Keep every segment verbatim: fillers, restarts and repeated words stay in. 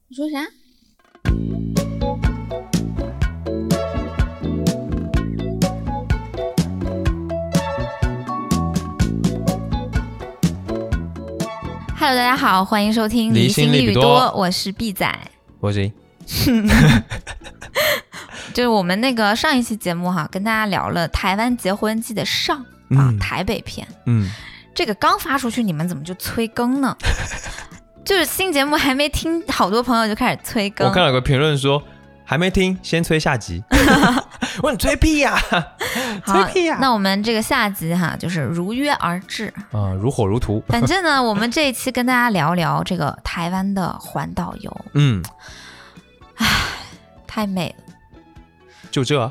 你说啥？Hello， 大家好，欢迎收听离心利比多，我是 B 仔， 我是就是我们那个上一期节目哈，跟大家聊了台湾结婚记的上、嗯、啊台北篇， 嗯， 这个刚发出去，你们怎么就催更呢？就是新节目还没听，好多朋友就开始催更。 我看到有个评论说还没听，先催下集。我你催屁呀、啊，催屁呀、啊！ 那我们这个下集哈，就是如约而至啊、呃，如火如荼。 反正呢，我们这一期跟大家聊聊这个台湾的环岛游。 嗯， 唉，太美了。 就这，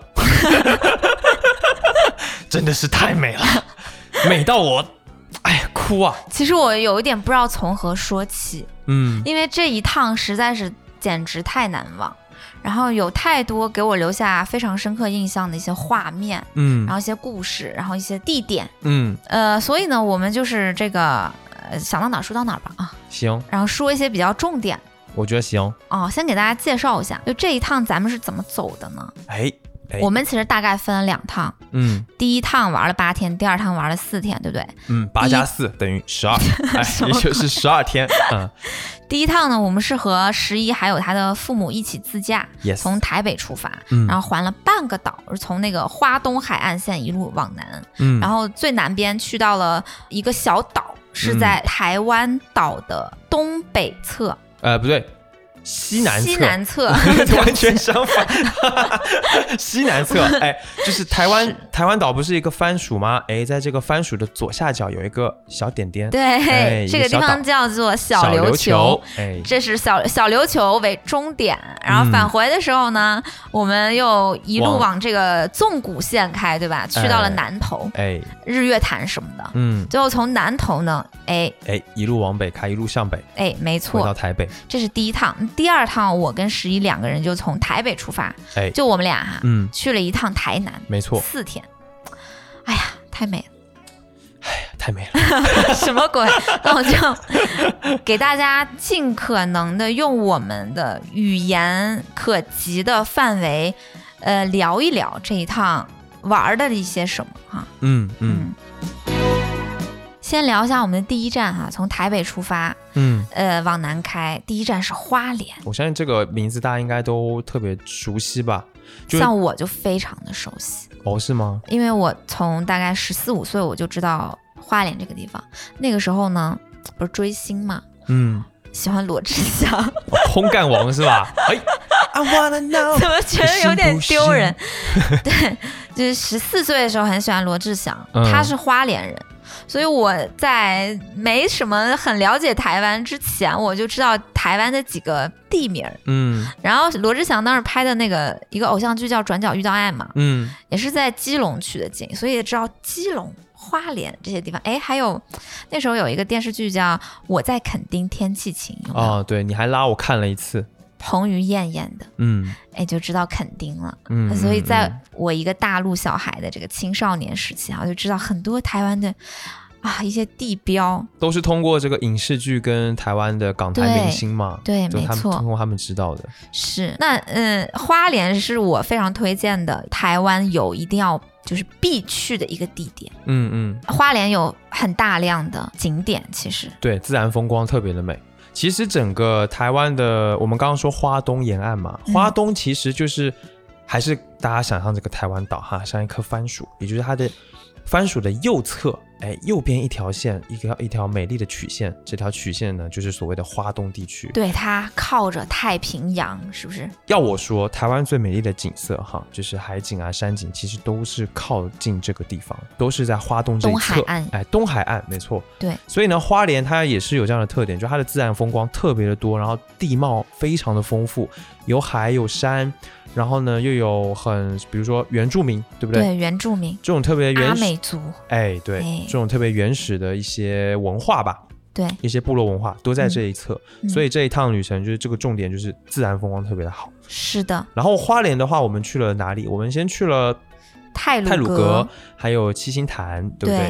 真的是太美了，美到我。哎呀，哭啊！ 其实我有一点不知道从何说起， 嗯， 因为这一趟实在是简直太难忘，然后有太多给我留下非常深刻印象的一些画面， 嗯， 然后一些故事，然后一些地点， 嗯， 呃，所以呢，我们就是这个呃想到哪儿说到哪儿吧啊， 行， 然后说一些比较重点， 我觉得行哦，先给大家介绍一下，就这一趟咱们是怎么走的呢？ 哎。哎、 我们其实大概分了两趟， 嗯， 第一趟玩了八天，第二趟玩了四天，对不对？ 嗯，八加四等于十二，哎，也就是十二天。嗯， 第一趟呢，我们是和十一还有他的父母一起自驾， yes. 从台北出发， 嗯、 然后环了半个岛，从那个花东海岸线一路往南， 嗯， 然后最南边去到了一个小岛，是在台湾岛的东北侧， 嗯、呃，不对。西南侧， 西南侧完全相反。西南侧，哎，就是台湾是台湾岛不是一个番薯吗？哎，在这个番薯的左下角有一个小点点， 对， 哎、 这个地方叫做小琉球， 球哎， 这是小小琉球为终点，然后返回的时候呢，嗯、我们又一路往这个纵谷线开，对吧？去到了南投， 哎， 日月潭什么的， 嗯， 最后从南投呢，哎哎，一路往北开，一路向北， 哎，没错， 回到台北， 这是第一趟。第二趟，我跟十一两个人就从台北出发， 哎， 就我们俩哈， 嗯， 去了一趟台南， 没错， 四天。哎呀，太美了！ 哎呀，太美了！ 什么鬼？那我就给大家尽可能的用我们的语言可及的范围，呃，聊一聊这一趟玩的一些什么哈。 嗯嗯。 嗯先聊一下我们的第一站哈，从台北出发， 嗯， 呃，往南开，第一站是花莲。 我相信这个名字大家应该都特别熟悉吧？ 像我就非常的熟悉。 哦，是吗？ 因为我从大概十四五岁我就知道花莲这个地方，那个时候呢，不是追星嘛， 嗯， 喜欢罗志祥， 哦、空干王是吧？哎 I wanna know 怎么觉得有点丢人？对，就是十四岁的时候很喜欢罗志祥，嗯、他是花莲人。所以我在没什么很了解台湾之前，我就知道台湾的几个地名， 嗯， 然后罗志祥当时拍的那个一个偶像剧叫《转角遇到爱》嘛， 嗯， 也是在基隆取的景，所以也知道基隆、花莲这些地方。哎，还有那时候有一个电视剧叫《我在垦丁天气晴》，有没有？ 哦，对，你还拉我看了一次。 彭于晏演的， 嗯， 哎，就知道垦丁了， 嗯， 所以在我一个大陆小孩的这个青少年时期啊，我就知道很多台湾的啊一些地标， 都是通过这个影视剧跟台湾的港台明星嘛， 对，对没错， 通过他们知道的。 是，那嗯，花莲是我非常推荐的，台湾有一定要就是必去的一个地点， 嗯嗯， 花莲有很大量的景点，其实对，自然风光特别的美。其实整个台湾的，我们刚刚说花东沿岸嘛， 嗯、 花东其实就是还是大家想象这个台湾岛哈，像一棵番薯，也就是它的番薯的右侧，哎，右边一条线，一条一条美丽的曲线，这条曲线呢，就是所谓的花东地区。 对，它靠着太平洋，是不是？ 要我说，台湾最美丽的景色哈，就是海景啊、山景，其实都是靠近这个地方，都是在花东这一侧。 东海岸， 哎，东海岸，没错。 对。 所以呢，花莲它也是有这样的特点，就它的自然风光特别的多，然后地貌非常的丰富，有海有山。然后呢，又有很，比如说原住民，对不对？ 对，原住民这种特别原始阿美族， 哎，对，哎，这种特别原始的一些文化吧， 对， 一些部落文化都在这一侧， 嗯、 所以这一趟旅程就是这个重点就是自然风光特别的好。 是的。 然后花莲的话，我们去了哪里？我们先去了太鲁阁， 太鲁阁还有七星潭，对不对？ 对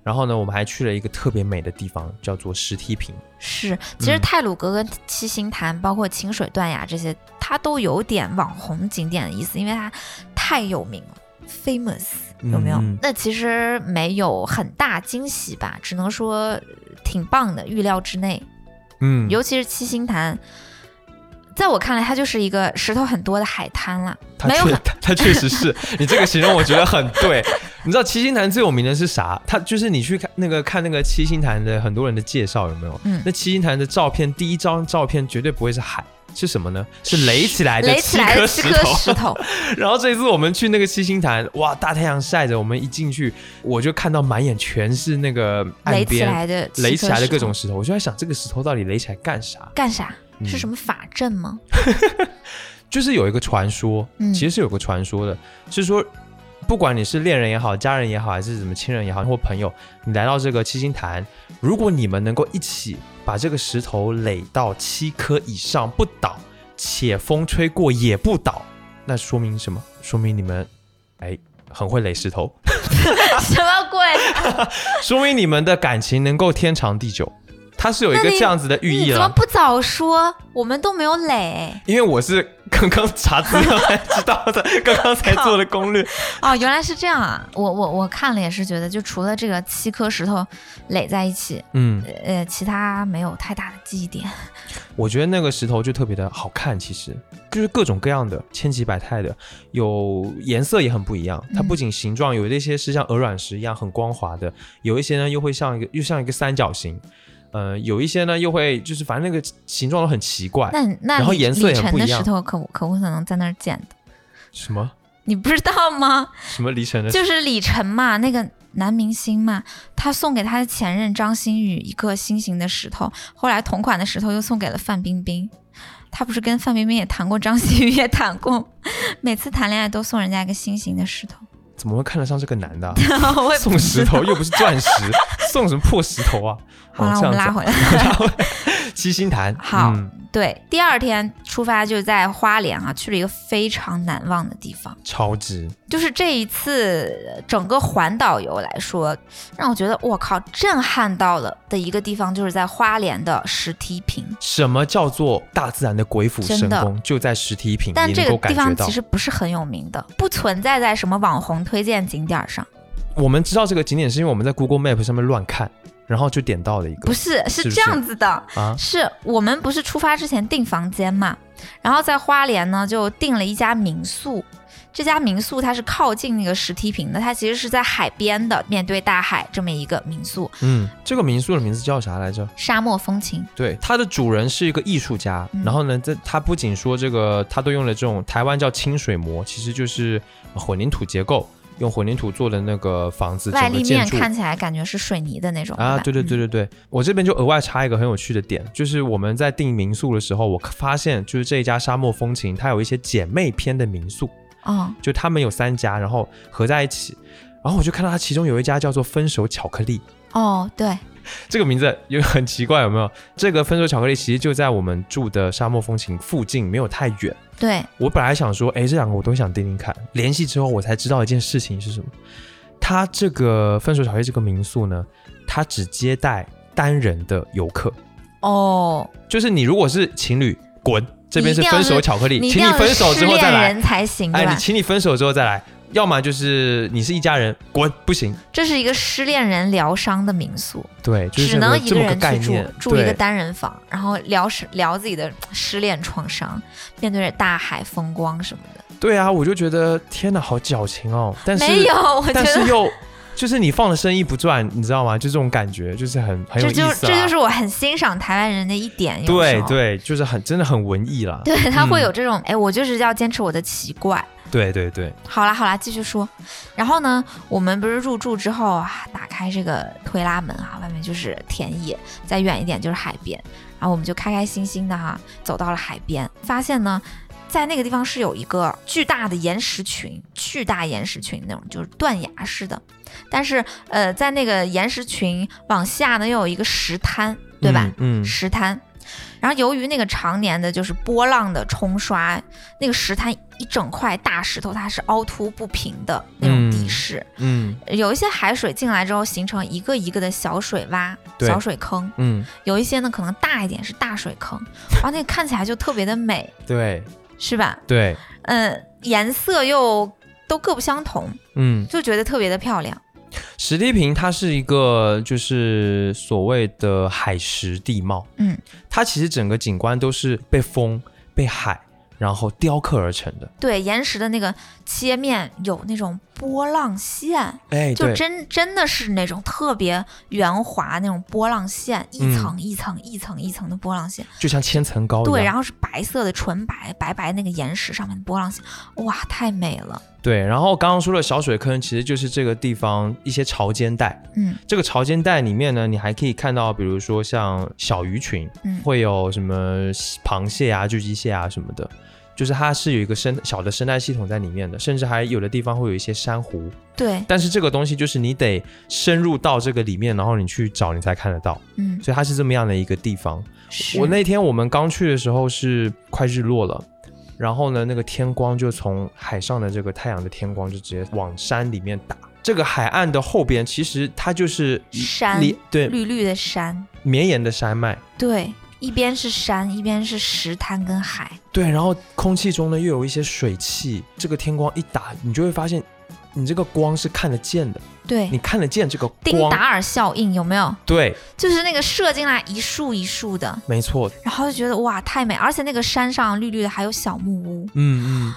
然后呢，我们还去了一个特别美的地方，叫做石梯坪。 是，其实太鲁阁跟七星潭、嗯、包括清水断崖这些，它都有点网红景点的意思，因为它太有名了 ，famous 有没有、嗯？那其实没有很大惊喜吧，只能说挺棒的，预料之内。嗯，尤其是七星潭。在我看来，它就是一个石头很多的海滩啦。 它确它确实是你这个形容，我觉得很对。你知道七星潭最有名的是啥？它就是你去看那个看那个七星潭的很多人的介绍有没有？嗯，那七星潭的照片，第一张照片绝对不会是海，是什么呢？是垒起来的七颗石头。石头然后这次我们去那个七星潭，哇，大太阳晒着，我们一进去，我就看到满眼全是那个岸边垒起来的垒起来的各种石头。我就在想，这个石头到底垒起来干啥？ 干啥？是什么法阵吗？ 就是有一个传说、嗯、其实是有个传说的，是说不管你是恋人也好，家人也好，还是什么亲人也好，或朋友，你来到这个七星潭，如果你们能够一起把这个石头垒到七颗以上不倒，且风吹过也不倒，那说明什么？说明你们哎很会垒石头。 什么鬼？ 说明你们的感情能够天长地久。它是有一个这样子的寓意了。 你怎么不早说？我们都没有垒。 因为我是刚刚查资料才知道的，刚刚才做的攻略。 哦，原来是这样啊！我我我看了也是觉得，就除了这个七颗石头垒在一起，嗯，呃，其他没有太大的记忆点。 我觉得那个石头就特别的好看，其实就是各种各样的、千奇百态的，有颜色也很不一样。它不仅形状有一些是像鹅卵石一样很光滑的，有一些呢又会像一个又像一个三角形。呃，有一些呢又会就是反正那个形状都很奇怪， 那那然后颜色也很不一样。 李晨的石头可可不可能在那儿捡的？ 什么？ 你不知道吗？ 什么李晨的？ 就是李晨嘛，那个男明星嘛，他送给他的前任张馨予一个心形的石头，后来同款的石头又送给了范冰冰。他不是跟范冰冰也谈过，张馨予也谈过，每次谈恋爱都送人家一个心形的石头。 怎么会看得上这个男的、啊？送石头又不是钻石，送什么破石头啊？ 好了，我们拉回来。 七星潭。 好、嗯，对，第二天出发就在花莲啊，去了一个非常难忘的地方， 超值。 就是这一次整个环岛游来说，让我觉得我靠震撼到了的一个地方，就是在花莲的石梯坪。 什么叫做大自然的鬼斧神工？就在石梯坪， 但这个地方其实不是很有名的，不存在在什么网红推荐景点上。 我们知道这个景点是因为我们在 Google Map 上面乱看，然后就点到了一个。 不是，是这样子的，啊、是我们不是出发之前订房间嘛，然后在花莲呢就订了一家民宿。这家民宿它是靠近那个石梯坪的，它其实是在海边的，面对大海这么一个民宿。 嗯，这个民宿的名字叫啥来着？ 沙漠风情。对， 它的主人是一个艺术家，嗯、然后呢，这他不仅说这个，他都用了这种台湾叫清水模，其实就是混凝土结构。用混凝土做的那个房子， 外立面看起来感觉是水泥的那种啊，对对对对对、嗯。我这边就额外插一个很有趣的点，就是我们在订民宿的时候，我发现就是这一家沙漠风情，它有一些姐妹篇的民宿，哦，就他们有三家，然后合在一起，然后我就看到它其中有一家叫做分手巧克力。 哦，对。 这个名字有很奇怪，有没有？这个分手巧克力其实就在我们住的沙漠风情附近，没有太远。 对， 我本来想说，哎，这两个我都想订订看。联系之后，我才知道一件事情是什么。他这个分手巧克力这个民宿呢，他只接待单人的游客。哦，就是你如果是情侣，滚，这边是分手巧克力，请你分手之后再来才行。 哎，你请你分手之后再来。要么就是你是一家人，滚，不行。 这是一个失恋人疗伤的民宿， 对，就是、 只能一个人去住，住一个对单人房，然后聊聊自己的失恋创伤，面对着大海风光什么的。 对啊，我就觉得天哪，好矫情哦。但是没有，我觉得但是又就是你放了生意不赚，你知道吗？就这种感觉，就是很很有意思、啊。 这就这就是我很欣赏台湾人的一点。 对对，就是很真的很文艺啦。 对，他会有这种，哎、嗯，我就是要坚持我的奇怪。 对对对， 好啦好啦，继续说。然后呢，我们不是入住之后啊，打开这个推拉门啊，外面就是田野，再远一点就是海边。然后我们就开开心心的哈、啊、走到了海边，发现呢，在那个地方是有一个巨大的岩石群，巨大岩石群那种，就是断崖式的。但是呃，在那个岩石群往下呢，又有一个石滩，对吧？嗯，嗯石滩。 然后由于那个常年的就是波浪的冲刷，那个石滩一整块大石头它是凹凸不平的那种地势， 嗯， 嗯有一些海水进来之后形成一个一个的小水洼、小水坑， 嗯， 有一些呢可能大一点是大水坑，然后那个看起来就特别的美， 对， 是吧？ 对， 嗯，颜色又都各不相同， 嗯， 就觉得特别的漂亮。 石梯坪它是一个就是所谓的海蚀地貌， 嗯， 它其实整个景观都是被风、被海，然后雕刻而成的。 对，岩石的那个切面有那种波浪线， 哎， 就真真的是那种特别圆滑那种波浪线，一层一层、嗯、一层一层的波浪线， 就像千层糕一样。 对，然后是白色的纯白白白那个岩石上面的波浪线，哇，太美了。 对，然后刚刚说的小水坑其实就是这个地方一些潮间带， 嗯，这个潮间带里面呢，你还可以看到比如说像小鱼群， 嗯， 会有什么螃蟹啊、巨脊蟹啊什么的，就是它是有一个生小的生态系统在里面的，甚至还有的地方会有一些珊瑚。 对， 但是这个东西就是你得深入到这个里面，然后你去找你才看得到， 嗯， 所以它是这么样的一个地方。我那天我们刚去的时候是快日落了，然后呢，那个天光就从海上的这个太阳的天光就直接往山里面打。这个海岸的后边其实它就是山， 对， 绿绿的山， 绵延的山脉， 对，一边是山，一边是石滩跟海， 对，然后空气中呢又有一些水汽，这个天光一打，你就会发现你这个光是看得见的， 对， 你看得见这个光， 丁达尔效应有没有？ 对， 就是那个射进来一束一束的， 没错， 然后就觉得哇太美，而且那个山上绿绿的还有小木屋， 嗯嗯，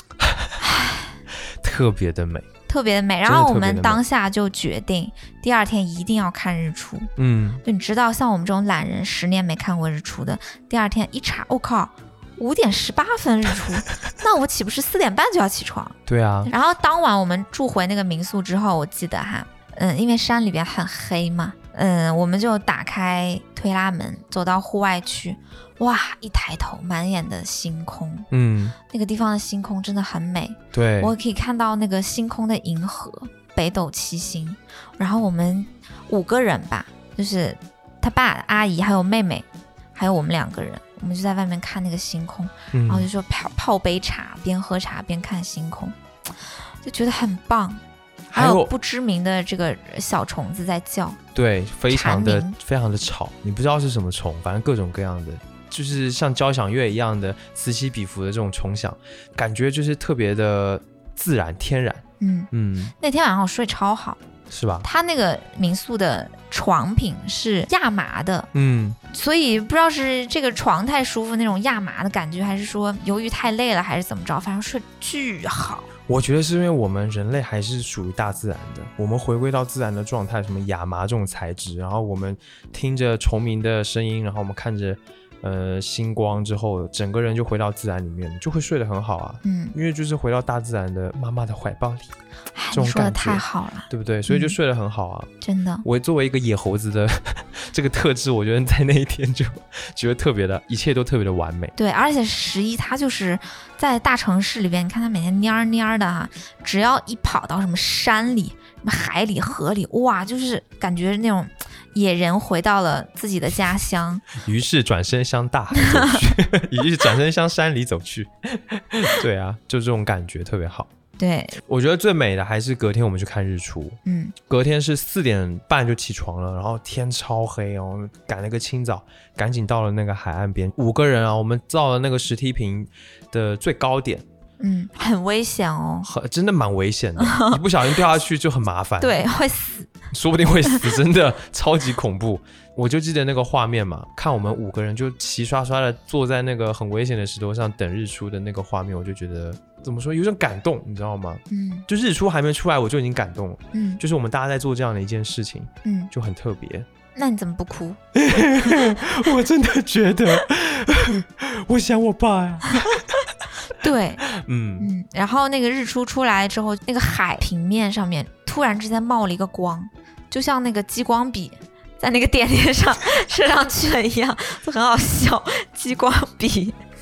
特别的美， 特别的美。然后我们当下就决定第二天一定要看日出， 嗯， 就你知道像我们这种懒人十年没看过日出的，第二天一查，我、哦、靠，五点十八分日出，那我岂不是四点半就要起床？ 对啊。 然后当晚我们住回那个民宿之后，我记得哈，嗯，因为山里边很黑嘛，嗯，我们就打开推拉门走到户外去，哇，一抬头满眼的星空， 嗯， 那个地方的星空真的很美， 对， 我可以看到那个星空的银河，北斗七星。然后我们五个人吧，就是他爸、阿姨还有妹妹，还有我们两个人，我们就在外面看那个星空， 嗯、 然后就说泡泡杯茶，边喝茶边看星空，就觉得很棒。还有不知名的这个小虫子在叫， 对，非常的非常的吵，你不知道是什么虫，反正各种各样的，就是像交响乐一样的此起彼伏的这种虫响，感觉就是特别的自然天然。 嗯嗯，那天晚上我睡超好， 是吧？ 他那个民宿的床品是亚麻的， 嗯， 所以不知道是这个床太舒服那种亚麻的感觉，还是说由于太累了，还是怎么着，反正睡巨好。 我觉得是因为我们人类还是属于大自然的，我们回归到自然的状态，什么亚麻这种材质，然后我们听着虫鸣的声音，然后我们看着呃星光之后，整个人就回到自然里面，就会睡得很好啊。嗯，因为就是回到大自然的妈妈的怀抱里，这种感觉，你说的太好了， 对不对？所以就睡得很好啊。 嗯、真的， 我作为一个野猴子的这个特质，我觉得在那一天就觉得特别的，一切都特别的完美。 对，而且十一他就是在大城市里边，你看他每天蔫蔫的哈，只要一跑到什么山里、什么海里、河里，哇，就是感觉那种野人回到了自己的家乡。 于是转身向大海走去，于是转身向山里走去。对啊，就这种感觉特别好。 对， 我觉得最美的还是隔天我们去看日出。嗯，隔天是四点半就起床了，然后天超黑哦，赶了个清早，赶紧到了那个海岸边。五个人啊，我们到了那个石梯坪的最高点。 嗯，很危险哦， 真的蛮危险的，一不小心掉下去就很麻烦。 对，会死， 说不定会死，真的超级恐怖。我就记得那个画面嘛，看我们五个人就齐刷刷的坐在那个很危险的石头上等日出的那个画面，我就觉得怎么说，有种感动，你知道吗？嗯，就日出还没出来，我就已经感动了。嗯，就是我们大家在做这样的一件事情，嗯，就很特别。 那你怎么不哭？ 我真的觉得，我想我爸呀。 对，嗯嗯，然后那个日出出来之后，那个海平面上面突然之间冒了一个光，就像那个激光笔在那个点点上射上去了一样，就很好笑。激光笔，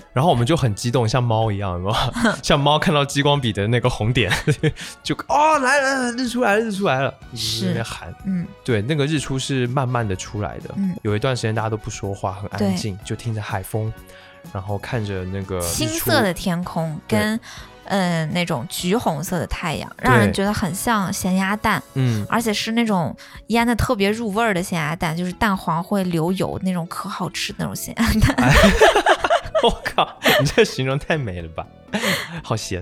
然后我们就很激动，像猫一样，有没有？像猫看到激光笔的那个红点，就哦来了，日出来了，日出来了， 是那边喊， 嗯， 对，那个日出是慢慢的出来的，嗯，有一段时间大家都不说话，很安静，就听着海风，然后看着那个青色的天空跟呃那种橘红色的太阳，让人觉得很像咸鸭蛋，嗯，而且是那种腌的特别入味儿的咸鸭蛋，就是蛋黄会流油那种，可好吃的那种咸鸭蛋。哎我靠，你这形容太美了吧，好咸。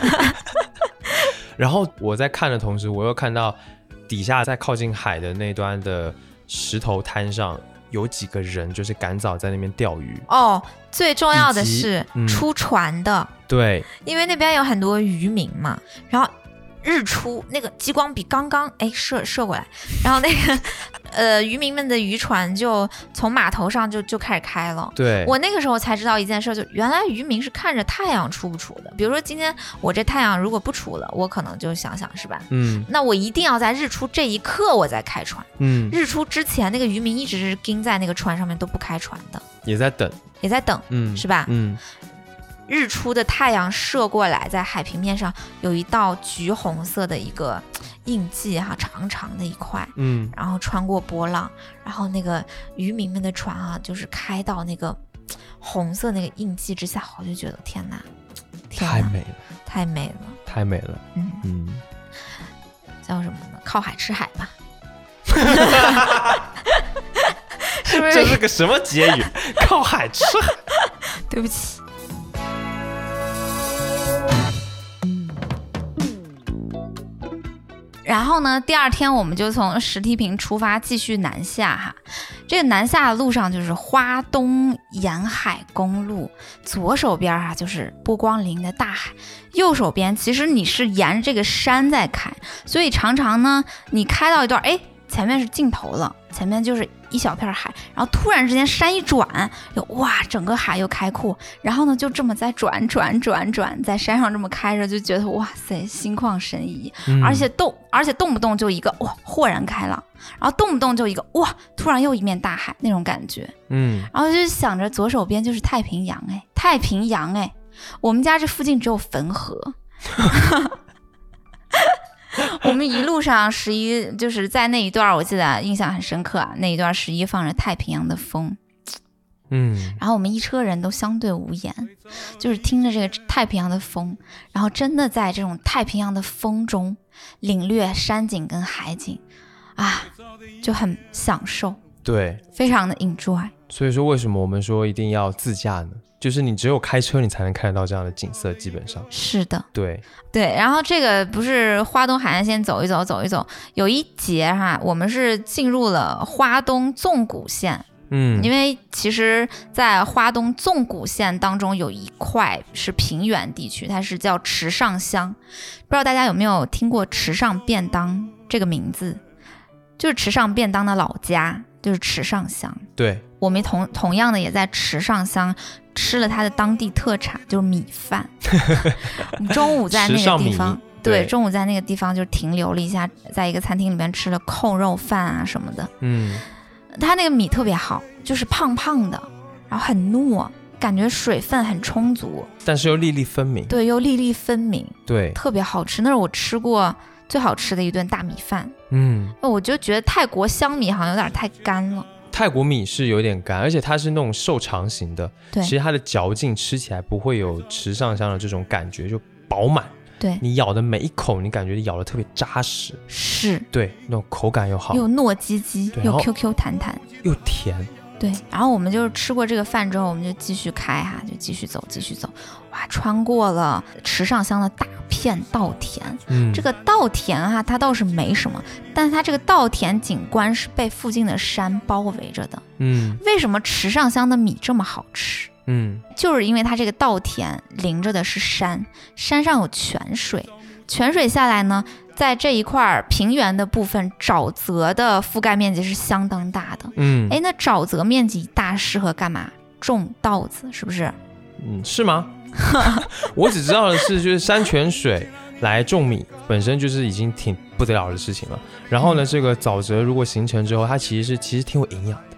然后我在看的同时，我又看到底下在靠近海的那端的石头滩上有几个人就是赶早在那边钓鱼。哦， 最重要的是、嗯、出船的， 对， 因为那边有很多渔民嘛，然后日出那个激光笔刚刚哎射射过来，然后那个呃渔民们的渔船就从码头上就就开始开了。 对， 我那个时候才知道一件事，就原来渔民是看着太阳出不出的。比如说今天我这太阳如果不出了，我可能就想想是吧，嗯，那我一定要在日出这一刻我再开船。嗯，日出之前那个渔民一直是盯在那个船上面都不开船的， 也在等也在等，嗯，是吧？嗯。日出的太阳射过来，在海平面上有一道橘红色的一个印记哈，长长的一块，嗯，然后穿过波浪，然后那个渔民们的船啊，就是开到那个红色那个印记之下，我就觉得天哪，天哪， 太美了， 太美了， 太美了，嗯嗯， 叫什么呢？靠海吃海吧，是不是？ 这是个什么结语？靠海吃海？ 对不起。然后呢，第二天我们就从石梯坪出发，继续南下哈。这个南下的路上就是花东沿海公路，左手边啊就是波光粼粼的大海，右手边其实你是沿着这个山在开，所以常常呢，你开到一段，哎，前面是尽头了，前面就是一小片海，然后突然之间山一转，又哇，整个海又开阔，然后呢就这么在转转转转，在山上这么开着，就觉得哇塞，心旷神怡，嗯、而且动而且动不动就一个哇豁然开朗，然后动不动就一个哇突然又一面大海那种感觉，嗯，然后就想着左手边就是太平洋，哎，太平洋哎，我们家这附近只有汾河。我们一路上十一就是在那一段，我记得印象很深刻啊，那一段十一放着太平洋的风，嗯，然后我们一车人都相对无言，就是听着这个太平洋的风，然后真的在这种太平洋的风中领略山景跟海景啊，就很享受， 对， 非常的 enjoy。 所以说为什么我们说一定要自驾呢？就是你只有开车你才能看得到这样的景色，基本上是的， 对对。然后这个不是花东海岸线走一走走一走，有一节哈，我们是进入了花东纵谷线，嗯，因为其实在花东纵谷线当中有一块是平原地区，它是叫池上乡，不知道大家有没有听过池上便当这个名字，就是池上便当的老家就是池上乡， 对， 我们同同样的也在池上乡吃了它的当地特产，就是米饭。我们中午在那个地方，对，中午在那个地方就停留了一下，在一个餐厅里面吃了控肉饭啊什么的。嗯，它那个米特别好，就是胖胖的，然后很糯，感觉水分很充足， 但是又粒粒分明。 对，又粒粒分明， 对， 特别好吃。那是我吃过最好吃的一顿大米饭。嗯，我就觉得泰国香米好像有点太干了。 泰国米是有点干，而且它是那种瘦长型的， 对， 其实它的嚼劲吃起来不会有池上乡的这种感觉，就饱满。 对， 你咬的每一口，你感觉咬的特别扎实， 是， 对，那种口感又好， 又糯叽叽，又 Q Q 弹弹， 又甜。 对，然后我们就是吃过这个饭之后，我们就继续开哈，就继续走，继续走，哇，穿过了池上乡的大片稻田。嗯，这个稻田哈，它倒是没什么，但是它这个稻田景观是被附近的山包围着的。嗯，为什么池上乡的米这么好吃？嗯，就是因为它这个稻田临着的是山，山上有泉水，泉水下来呢，在这一块平原的部分，沼泽的覆盖面积是相当大的。嗯，哎，那沼泽面积大适合干嘛？种稻子，是不是？ 嗯，是吗？我只知道的是，就是山泉水来种米，本身就是已经挺不得了的事情了。然后呢，这个沼泽如果形成之后，它其实是其实挺有营养的。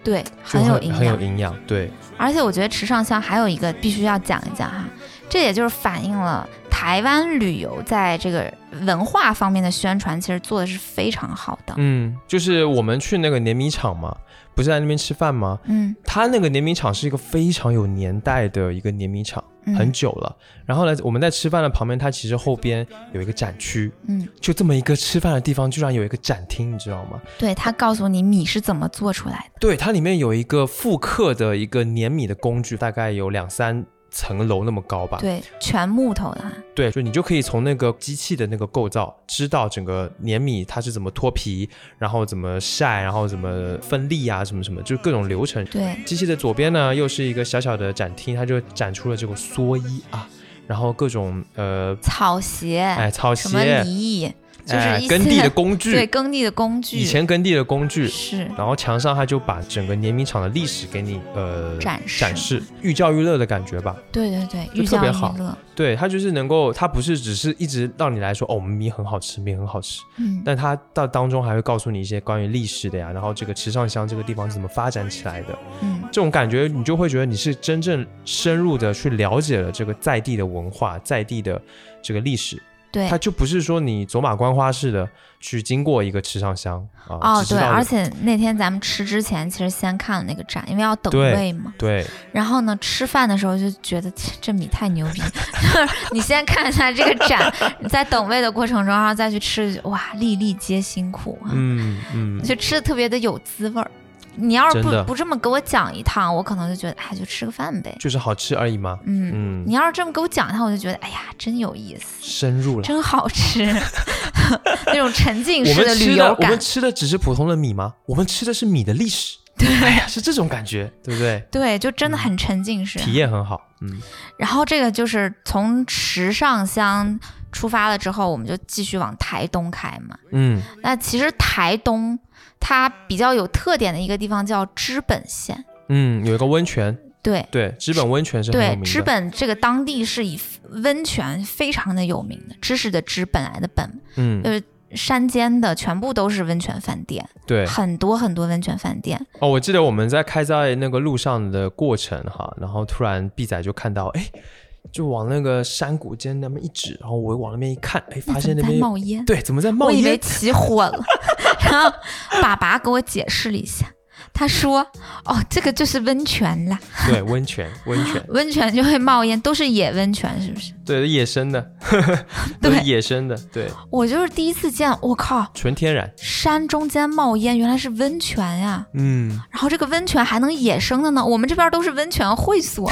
对，很有营养， 很有营养。对， 而且我觉得池上乡还有一个必须要讲一讲哈，这也就是反映了台湾旅游在这个文化方面的宣传其实做的是非常好的。 嗯，就是我们去那个碾米厂嘛，不是在那边吃饭吗？嗯，他那个碾米厂是一个非常有年代的一个碾米厂，嗯、很久了。然后呢，我们在吃饭的旁边，它其实后边有一个展区，嗯，就这么一个吃饭的地方，居然有一个展厅，你知道吗？ 对，他告诉你米是怎么做出来的。 对，它里面有一个复刻的一个碾米的工具，大概有两三层楼那么高吧。 对，全木头的。 对，就你就可以从那个机器的那个构造知道整个碾米它是怎么脱皮，然后怎么晒，然后怎么分粒啊，什么什么，就各种流程。 对， 机器的左边呢又是一个小小的展厅，它就展出了这个蓑衣啊，然后各种呃草鞋， 哎，草鞋， 什么犁役。就是一些、 哎、耕地的工具， 对，耕地的工具， 以前耕地的工具是。 然后墙上他就把整个碾米厂的历史给你呃展示， 展示，寓教于乐的感觉吧。 对对对， 就特别好。对，他就是能够，他不是只是一直让你来说哦，我们米很好吃，米很好吃，嗯，但他到当中还会告诉你一些关于历史的呀，然后这个池上乡这个地方是怎么发展起来的，嗯，这种感觉你就会觉得你是真正深入的去了解了这个在地的文化，在地的这个历史。 对， 它就不是说你走马观花似的去经过一个池上乡啊。哦，对，而且那天咱们吃之前，其实先看了那个展，因为要等位嘛。 对。对然后呢，吃饭的时候就觉得这米太牛逼，你先看一下这个展，你在等位的过程中，然后再去吃，哇，粒粒皆辛苦啊。嗯嗯。就吃的特别的有滋味儿。你要是不不这么给我讲一趟，我可能就觉得哎，就吃个饭呗， 就是好吃而已嘛。 嗯嗯，你要是这么给我讲一趟，我就觉得哎呀，真有意思， 深入了， 真好吃，那种沉浸式的旅游感。 我们吃的只是普通的米吗？我们吃的是米的历史。 对， 哎呀，是这种感觉，对不对？ 对，就真的很沉浸式， 嗯、体验很好。嗯。 然后这个就是从池上乡出发了之后，我们就继续往台东开嘛。嗯。那其实台东它比较有特点的一个地方叫知本县， 嗯，有一个温泉， 对对，知本温泉是很有名的。 对，知本这个当地是以温泉非常的有名的，知识的知，本来的本，嗯，就是山间的全部都是温泉饭店， 对， 很多很多温泉饭店。 哦，我记得我们在开在那个路上的过程哈，然后突然毕仔就看到，哎。就往那个山谷间那么一指，然后我往那边一看，哎，发现那边冒烟， 对，怎么在冒烟？ 我以为起火了。然后爸爸给我解释了一下，他说：“哦，这个就是温泉啦。” 对，温泉，温泉， 温泉就会冒烟，都是野温泉，是不是？ 对，野生的，都是野生的。对， 我就是第一次见，我靠， 纯天然， 山中间冒烟，原来是温泉呀。嗯，然后这个温泉还能野生的呢，我们这边都是温泉会所。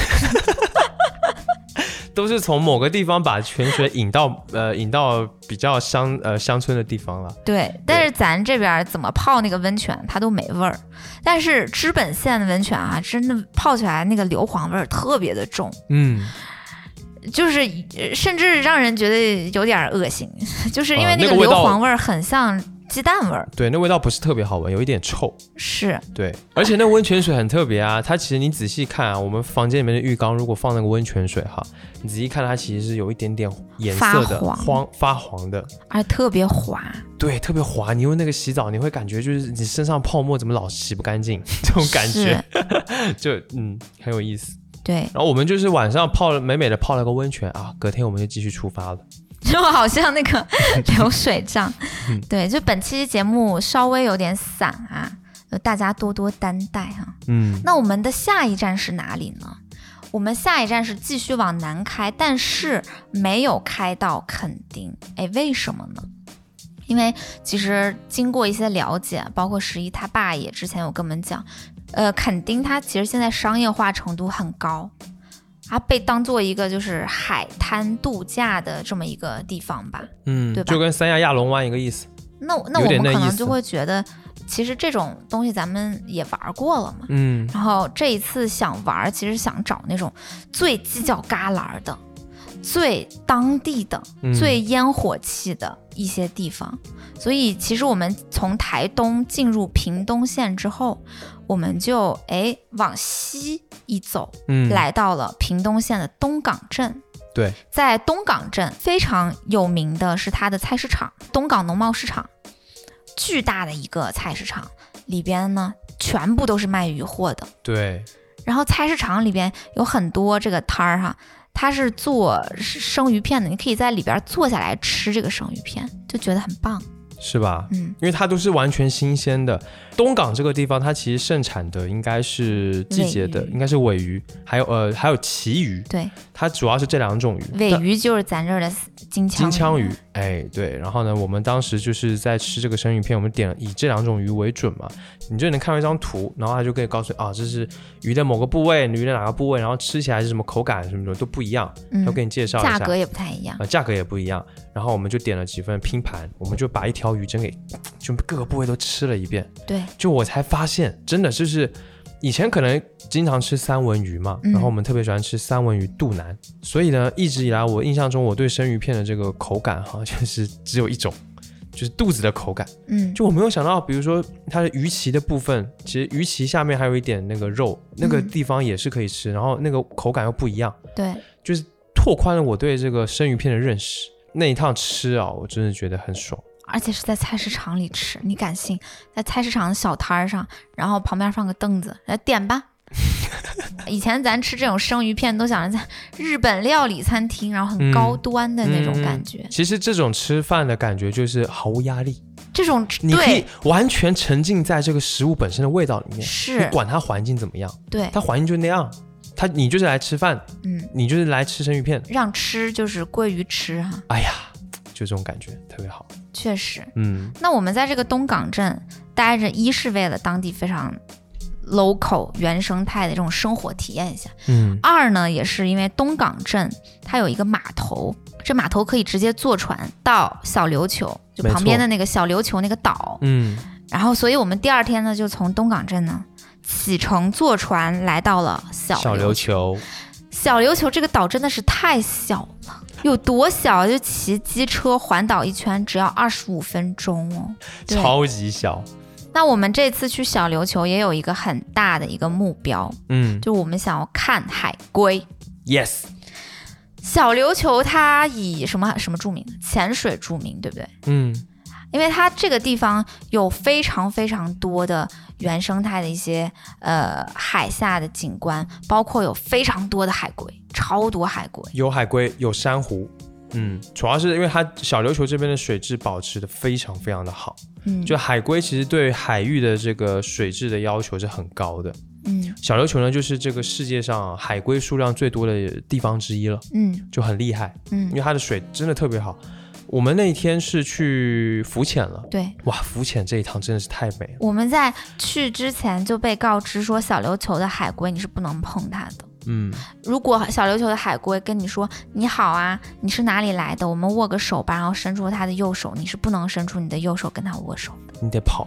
都是从某个地方把泉水引到呃引到比较乡呃乡村的地方了。 对，但是咱这边怎么泡那个温泉它都没味儿，但是知本县的温泉啊，真的泡起来那个硫磺味儿特别的重，嗯，就是甚至让人觉得有点恶心，就是因为那个硫磺味儿很像鸡蛋味儿， 对，那味道不是特别好闻，有一点臭。 是， 对，而且那温泉水很特别啊，它其实你仔细看啊，我们房间里面的浴缸如果放那个温泉水哈，你仔细看它其实是有一点点颜色的， 发黄发黄的， 而且特别滑。 对，特别滑，你用那个洗澡，你会感觉就是你身上泡沫怎么老洗不干净，这种感觉，就嗯很有意思。 对， 然后我们就是晚上泡了美美的泡了个温泉啊，隔天我们就继续出发了。 就好像那个流水账，对，就本期节目稍微有点散啊，大家多多担待哈、啊。嗯，那我们的下一站是哪里呢？我们下一站是继续往南开，但是没有开到垦丁。哎，为什么呢？因为其实经过一些了解，包括十一他爸也之前有跟我们讲，呃，垦丁它其实现在商业化程度很高。它被当做一个就是海滩度假的这么一个地方吧，嗯，对吧？ 就跟三亚亚龙湾一个意思。 那那我们可能就会觉得，其实这种东西咱们也玩过了嘛，嗯。然后这一次想玩，其实想找那种最犄角旮旯的、最当地的、嗯、最烟火气的一些地方。所以其实我们从台东进入屏东县之后，我们就哎往西一走，嗯，来到了屏东县的东港镇。 对， 在东港镇非常有名的是它的菜市场，东港农贸市场，巨大的一个菜市场，里边呢全部都是卖鱼货的。 对， 然后菜市场里边有很多这个摊儿哈，它是做生鱼片的，你可以在里边坐下来吃这个生鱼片，就觉得很棒。 是吧？ 嗯， 因为它都是完全新鲜的。东港这个地方，它其实盛产的应该是季节的，应该是尾鱼，还有呃还有旗鱼。 对， 它主要是这两种鱼。 尾鱼就是咱这儿的金枪鱼。 金枪鱼，哎，对。然后呢，我们当时就是在吃这个生鱼片，我们点了以这两种鱼为准嘛，你就能看到一张图，然后它就可以告诉你啊，这是鱼的某个部位，鱼的哪个部位，然后吃起来是什么口感，什么什么都不一样，它给你介绍一下， 价格也不太一样， 呃，价格也不一样。然后我们就点了几份拼盘，我们就把一条鱼整给就各个部位都吃了一遍。 对， 就我才发现，真的就是以前可能经常吃三文鱼嘛， 嗯、 然后我们特别喜欢吃三文鱼肚腩，所以呢，一直以来我印象中我对生鱼片的这个口感哈，就是只有一种，就是肚子的口感。 嗯， 就我没有想到，比如说它的鱼鳍的部分，其实鱼鳍下面还有一点那个肉，那个地方也是可以吃，嗯、然后那个口感又不一样。 对， 就是拓宽了我对这个生鱼片的认识。那一趟吃啊，我真的觉得很爽， 而且是在菜市场里吃，你敢信？在菜市场的小摊上，然后旁边放个凳子，来点吧。以前咱吃这种生鱼片都想着在日本料理餐厅，然后很高端的那种感觉。 嗯嗯、其实这种吃饭的感觉就是毫无压力， 这种你可以完全沉浸在这个食物本身的味道里面， 是你管它环境怎么样， 对， 它环境就那样。他你就是来吃饭，嗯，你就是来吃生鱼片， 让吃就是归于吃哈、啊。 哎呀，就这种感觉特别好， 确实， 嗯。 那我们在这个东港镇待着，一是为了当地非常 local 原生态的这种生活体验一下， 嗯。 二呢，也是因为东港镇它有一个码头，这码头可以直接坐船到小琉球，就旁边的那个小琉球那个岛， 嗯。 然后，所以我们第二天呢，就从东港镇呢。启程坐船来到了小小琉球。 小琉球这个岛真的是太小了，有多小？就骑机车环岛一圈只要二十五分钟哦， 超级小。 那我们这次去小琉球也有一个很大的一个目标， 嗯， 就我们想要看海龟。 Yes。 小琉球它以什么什么著名？潜水著名，对不对？ 嗯。 因为它这个地方有非常非常多的原生态的一些呃海下的景观，包括有非常多的海龟，超多海龟， 有海龟，有珊瑚，嗯，主要是因为它小琉球这边的水质保持的非常非常的好，嗯，就海龟其实对海域的这个水质的要求是很高的，嗯，小琉球呢就是这个世界上海龟数量最多的地方之一了，嗯，就很厉害，嗯，因为它的水真的特别好。我们那一天是去浮潜了， 对， 哇，浮潜这一趟真的是太美了。 我们在去之前就被告知说，小琉球的海龟你是不能碰它的。嗯，如果小琉球的海龟跟你说你好啊，你是哪里来的，我们握个手吧，然后伸出它的右手，你是不能伸出你的右手跟它握手的， 你得跑。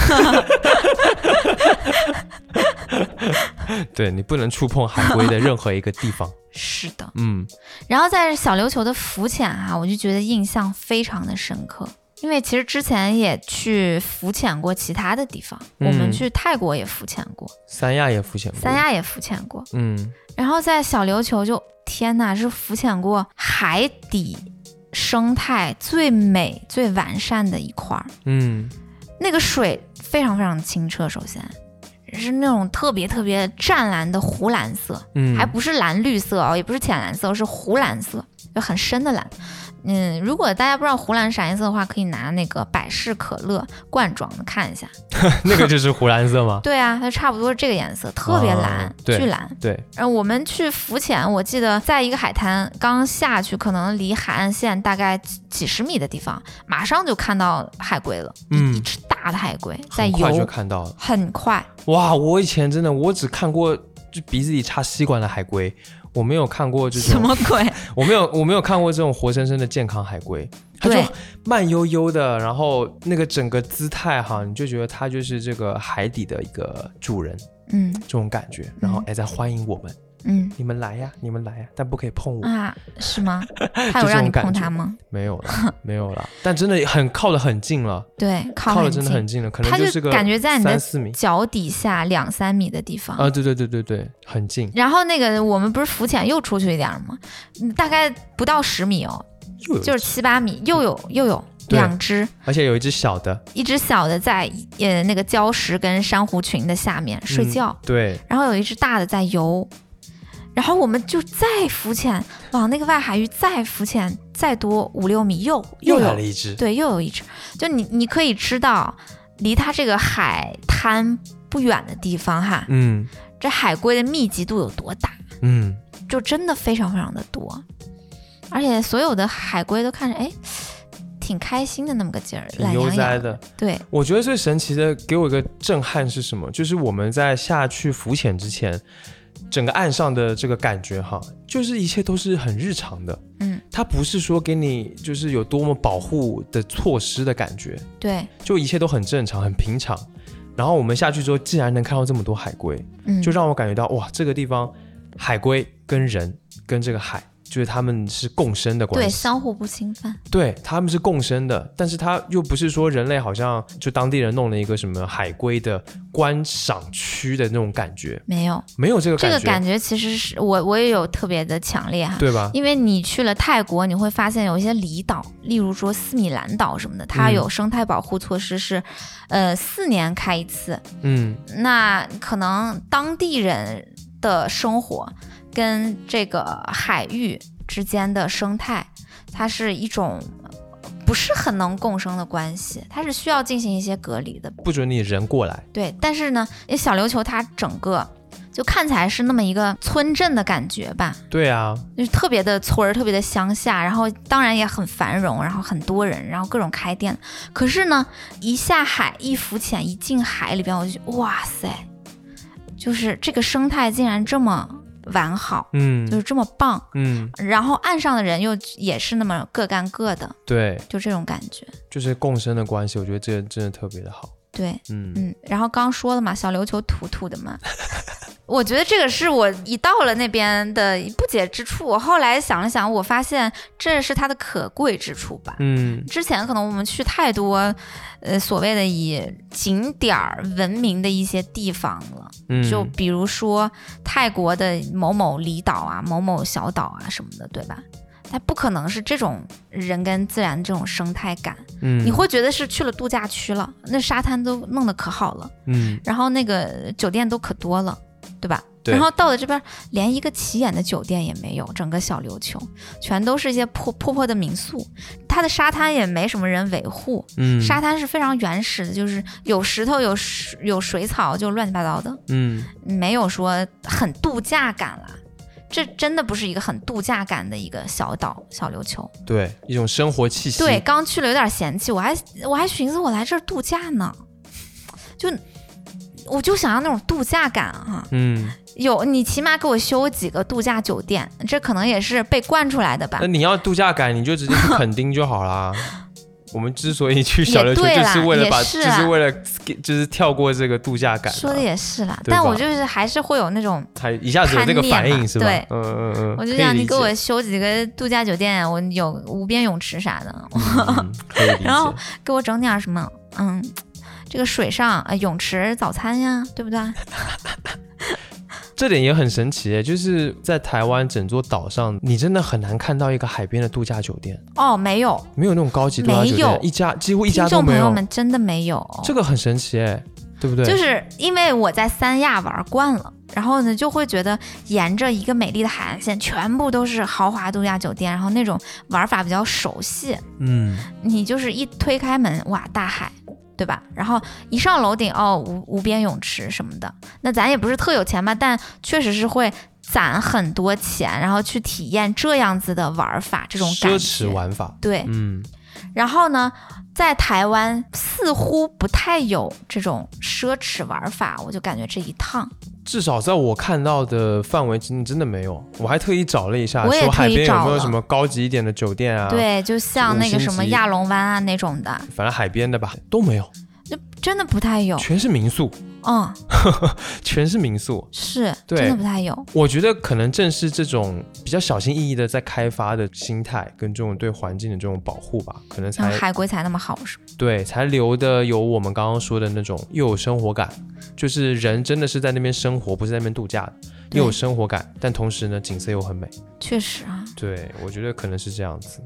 对，你不能触碰海龟的任何一个地方。 是的， 嗯。 然后在小琉球的浮潜啊，我就觉得印象非常的深刻，因为其实之前也去浮潜过其他的地方，嗯、我们去泰国也浮潜过， 三亚也浮潜过， 三亚也浮潜过， 嗯。 然后在小琉球就天哪，是浮潜过海底生态最美最完善的一块，嗯，那个水非常非常清澈，首先。是那种特别特别湛蓝的湖蓝色，嗯，还不是蓝绿色哦，也不是浅蓝色，是湖蓝色，就很深的蓝。嗯，如果大家不知道湖蓝啥颜色的话，可以拿那个百事可乐罐装的看一下。 那个就是湖蓝色吗？ 对啊，它差不多是这个颜色，特别蓝，哦、巨蓝。 对。 然后我们去浮潜，我记得在一个海滩刚下去，可能离海岸线大概几十米的地方，马上就看到海龟了，嗯，一只大的海龟在游， 很快就看到了， 很快。 哇，我以前真的我只看过就鼻子里插吸管的海龟，我没有看过这种什么鬼？ 我没有我没有看过这种活生生的健康海龟，它就慢悠悠的，然后那个整个姿态哈，你就觉得它就是这个海底的一个主人，嗯，这种感觉，然后哎在欢迎我们。嗯，你们来呀，你们来呀，但不可以碰我啊？是吗？他有让你碰他吗？ 没有了，没有了。但真的很靠得很近了， 对， 靠得真的很近了，可能就是个感觉在你的三四米脚底下两三米的地方啊，对对对对对，很近。 然后那个我们不是浮潜又出去一点吗？大概不到十米哦，就是七八米，又有又有两只， 而且有一只小的， 一只小的在呃那个礁石跟珊瑚群的下面睡觉， 嗯、对， 然后有一只大的在游，然后我们就再浮潜，往那个外海域再浮潜，再多五六米，又又来了一只， 对，又有一只，就你你可以知道，离它这个海滩不远的地方哈， 嗯， 这海龟的密集度有多大？ 嗯， 就真的非常非常的多，而且所有的海龟都看着哎。挺开心的那么个劲儿， 挺悠哉的。 对， 我觉得最神奇的，给我一个震撼是什么？就是我们在下去浮潜之前，整个岸上的这个感觉哈，就是一切都是很日常的。 嗯， 它不是说给你就是有多么保护的措施的感觉。 对， 就一切都很正常，很平常。然后我们下去之后，竟然能看到这么多海龟，嗯，就让我感觉到哇，这个地方海龟跟人跟这个海。就是他们是共生的关系， 对，相互不侵犯， 对，他们是共生的，但是他又不是说人类好像就当地人弄了一个什么海龟的观赏区的那种感觉， 没有， 没有这个感觉， 这个感觉其实是我我也有特别的强烈哈， 对吧？ 因为你去了泰国，你会发现有一些离岛，例如说斯米兰岛什么的，它有生态保护措施是，嗯、呃，四年开一次，嗯，那可能当地人的生活。跟这个海域之间的生态，它是一种不是很能共生的关系，它是需要进行一些隔离的， 不准你人过来。 对，但是呢，小琉球它整个就看起来是那么一个村镇的感觉吧？ 对啊， 就是特别的村儿，特别的乡下，然后当然也很繁荣，然后很多人，然后各种开店。可是呢，一下海，一浮潜，一进海里边，我就哇塞，就是这个生态竟然这么。完好，嗯，就是这么棒，嗯，然后岸上的人又也是那么各干各的， 对， 就这种感觉， 就是共生的关系，我觉得这真的特别的好， 对，嗯嗯，然后刚说了嘛，小琉球土土的嘛，我觉得这个是我一到了那边的不解之处，我后来想了想，我发现这是它的可贵之处吧，嗯，之前可能我们去太多，呃，所谓的以景点闻名的一些地方了。嗯，就比如说泰国的某某离岛啊，某某小岛啊什么的，对吧？它不可能是这种人跟自然这种生态感，嗯，你会觉得是去了度假区了，那沙滩都弄得可好了，嗯，然后那个酒店都可多了，对吧？对，然后到了这边连一个起眼的酒店也没有，整个小琉球全都是一些破破破的民宿，它的沙滩也没什么人维护，嗯，沙滩是非常原始的，就是有石头有水有水草，就乱七八糟的，嗯，没有说很度假感啦，这真的不是一个很度假感的一个小岛小琉球， 对，一种生活气息。 对，刚去了有点嫌弃，我还我还寻思我来这儿度假呢，就我就想要那种度假感啊，嗯。有你起码给我修几个度假酒店，这可能也是被惯出来的吧。 那你要度假感，你就直接去垦丁就好啦。我们之所以去小琉球，就是为了把，是就是为了就是跳过这个度假感。 说的也是啦，但我就是还是会有那种， 还一下子有这个反应是吧？ 对， 嗯嗯嗯。 我就想你给我修几个度假酒店，我有无边泳池啥的， 嗯、可以理解。 然后给我整点什么，嗯，这个水上呃泳池早餐呀，对不对？ 这点也很神奇，就是在台湾整座岛上，你真的很难看到一个海边的度假酒店哦，没有， 没有那种高级度假酒店，一家几乎一家都没有。听众朋友们真的没有， 这个很神奇，对不对？ 就是因为我在三亚玩惯了，然后呢就会觉得沿着一个美丽的海岸线，全部都是豪华度假酒店，然后那种玩法比较熟悉。嗯，你就是一推开门，哇，大海。对吧？然后一上楼顶哦，无无边泳池什么的，那咱也不是特有钱吧，但确实是会攒很多钱，然后去体验这样子的玩法，这种感觉奢侈玩法。 对，嗯。然后呢，在台湾似乎不太有这种奢侈玩法，我就感觉这一趟。 至少在我看到的范围之内真的没有，我还特意找了一下， 我也说海边有没有什么高级一点的酒店啊？ 对，就像那个什么亚龙湾啊那种的， 反正海边的吧都没有， 就真的不太有， 全是民宿。 嗯， 全是民宿， 是真的不太有。 我觉得可能正是这种比较小心翼翼的在开发的心态，跟这种对环境的这种保护吧，可能才海龟才那么好，是吗？ 对，才留的有我们刚刚说的那种又有生活感，就是人真的是在那边生活，不是在那边度假的，又有生活感，但同时呢景色又很美。 确实啊， 对，我觉得可能是这样子。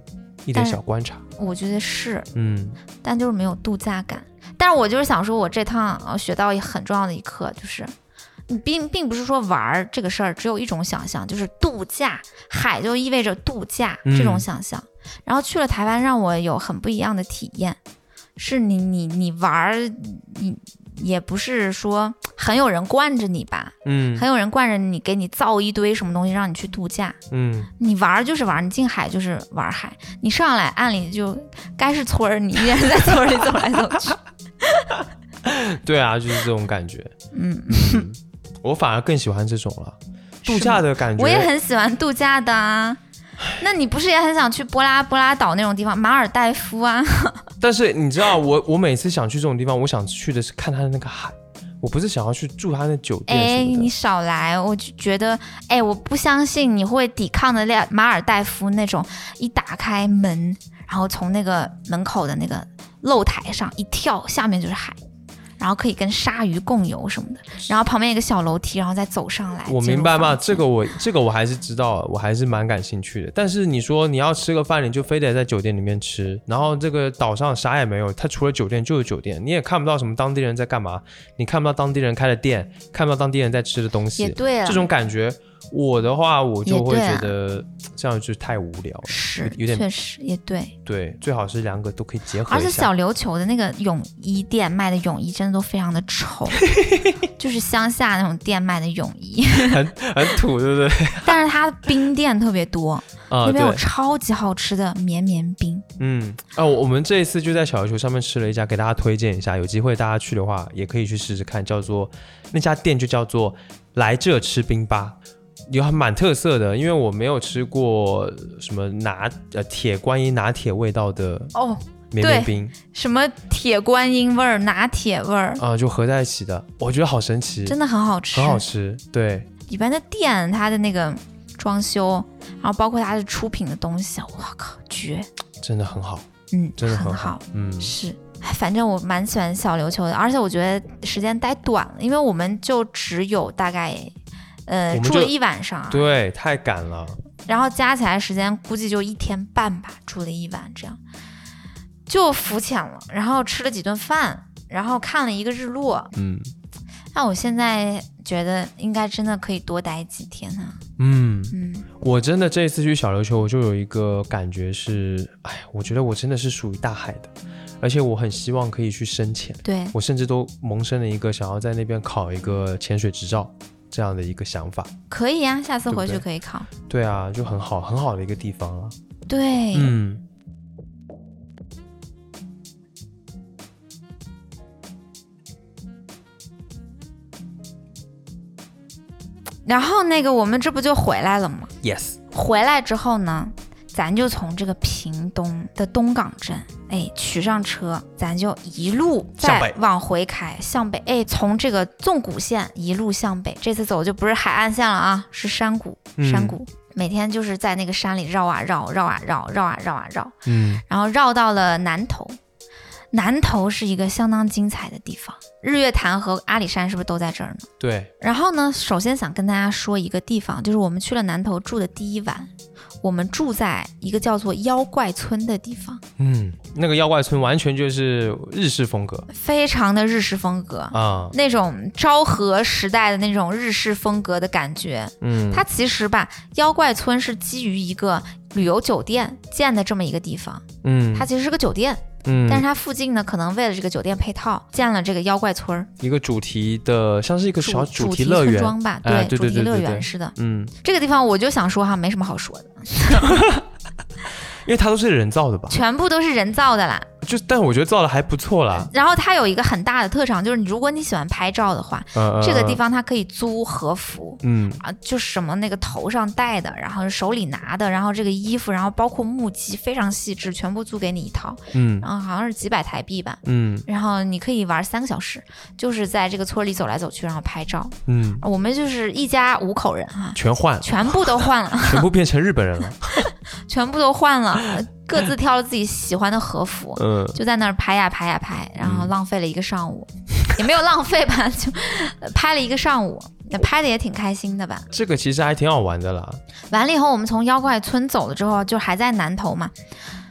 一点小观察。 我觉得是， 嗯， 但就是没有度假感。但是我就是想说，我这趟学到一很重要的一课，就是你并并不是说玩这个事儿只有一种想象，就是度假，海就意味着度假这种想象。嗯、然后去了台湾，让我有很不一样的体验，是你你你玩，你也不是说很有人惯着你吧，嗯，很有人惯着你，给你造一堆什么东西让你去度假，嗯，你玩就是玩，你进海就是玩海，你上来按理就该是村儿，你依然在村里走来走去。 对啊，就是这种感觉。嗯，嗯我反而更喜欢这种了，度假的感觉。 我也很喜欢度假的啊。那你不是也很想去波拉波拉岛那种地方，马尔代夫啊？ 但是你知道，我我每次想去这种地方，我想去的是看它的那个海，我不是想要去住它的酒店什么的。 哎，你少来！我就觉得，哎，我不相信你会抵抗得了马尔代夫那种一打开门，然后从那个门口的那个露台上一跳，下面就是海。然后可以跟鲨鱼共游什么的，然后旁边有个小楼梯，然后再走上来。 我明白嘛，这个我这个我还是知道，我还是蛮感兴趣的。但是你说你要吃个饭，你就非得在酒店里面吃，然后这个岛上啥也没有，它除了酒店就是酒店，你也看不到什么当地人在干嘛，你看不到当地人开的店，看不到当地人在吃的东西。 也对啊， 这种感觉。我的话，我就会觉得这样就太无聊了， 是有点确实也对， 对，最好是两个都可以结合一下。 而且小琉球的那个泳衣店卖的泳衣真的都非常的丑，就是乡下那种店卖的泳衣， 很很土，对不对？ 但是它冰店特别多， 啊、 那边有超级好吃的绵绵冰。 嗯，啊，我们这一次就在小琉球上面吃了一家，给大家推荐一下，有机会大家去的话也可以去试试看，叫做那家店就叫做来这吃冰吧。有还蛮特色的，因为我没有吃过什么拿呃铁观音拿铁味道的哦绵绵冰， 什么铁观音味儿、拿铁味儿啊、呃，就合在一起的，我觉得好神奇， 真的很好吃， 很好吃。对， 里边的店它的那个装修，然后包括它的出品的东西，我靠，绝， 真的很好， 嗯， 真的很好, 好，嗯， 是。反正我蛮喜欢小琉球的，而且我觉得时间待短了，因为我们就只有大概。呃，住了一晚上、啊， 对，太赶了。 然后加起来时间估计就一天半吧，住了一晚，这样就浮潜了，然后吃了几顿饭，然后看了一个日落。嗯，那我现在觉得应该真的可以多待几天呢、啊。 嗯嗯，我真的这一次去小琉球，我就有一个感觉是，哎，我觉得我真的是属于大海的，而且我很希望可以去深潜。 对， 我甚至都萌生了一个想要在那边考一个潜水执照。这样的一个想法可以呀、啊，下次回去可以考。 对, 对啊，就很好很好的一个地方了。 对， 嗯。 然后那个我们这不就回来了吗 ？Yes。 回来之后呢，咱就从这个屏东的东港镇，哎，取上车，咱就一路再往回开，向北，哎，从这个纵谷线一路向北。这次走就不是海岸线了啊，是山谷，山谷。嗯、每天就是在那个山里绕啊绕，绕啊绕，绕啊绕啊绕，嗯，然后绕到了南投。南投是一个相当精彩的地方，日月潭和阿里山是不是都在这儿呢？ 对。 然后呢，首先想跟大家说一个地方，就是我们去了南投住的第一晚。我们住在一个叫做妖怪村的地方， 嗯，那个妖怪村完全就是日式风格， 非常的日式风格啊，那种昭和时代的那种日式风格的感觉。嗯，它其实吧，妖怪村是基于一个旅游酒店建的这么一个地方，嗯，它其实是个酒店。嗯，但是它附近呢，可能为了这个酒店配套，建了这个妖怪村， 一个主题的，像是一个小主题乐园村庄吧，对， 哎、对对对对对主题乐园是的。 嗯， 这个地方我就想说哈，没什么好说的， 因为它都是人造的吧， 全部都是人造的啦。 就但我觉得造的还不错啦。 然后它有一个很大的特长，就是你如果你喜欢拍照的话， 呃、 这个地方它可以租和服， 嗯啊，就是什么那个头上戴的，然后手里拿的，然后这个衣服，然后包括木屐，非常细致，全部租给你一套， 嗯， 然后好像是几百台币吧， 嗯， 然后你可以玩三个小时，就是在这个村里走来走去，然后拍照， 嗯， 我们就是一家五口人哈， 全换， 全部都换了， 全部变成日本人了， 全部都换了。各自挑了自己喜欢的和服，嗯，就在那儿拍呀拍呀拍，然后浪费了一个上午，嗯、也没有浪费吧，就拍了一个上午，那拍的也挺开心的吧。 这个其实还挺好玩的啦。 完了以后，我们从妖怪村走了之后，就还在南投嘛，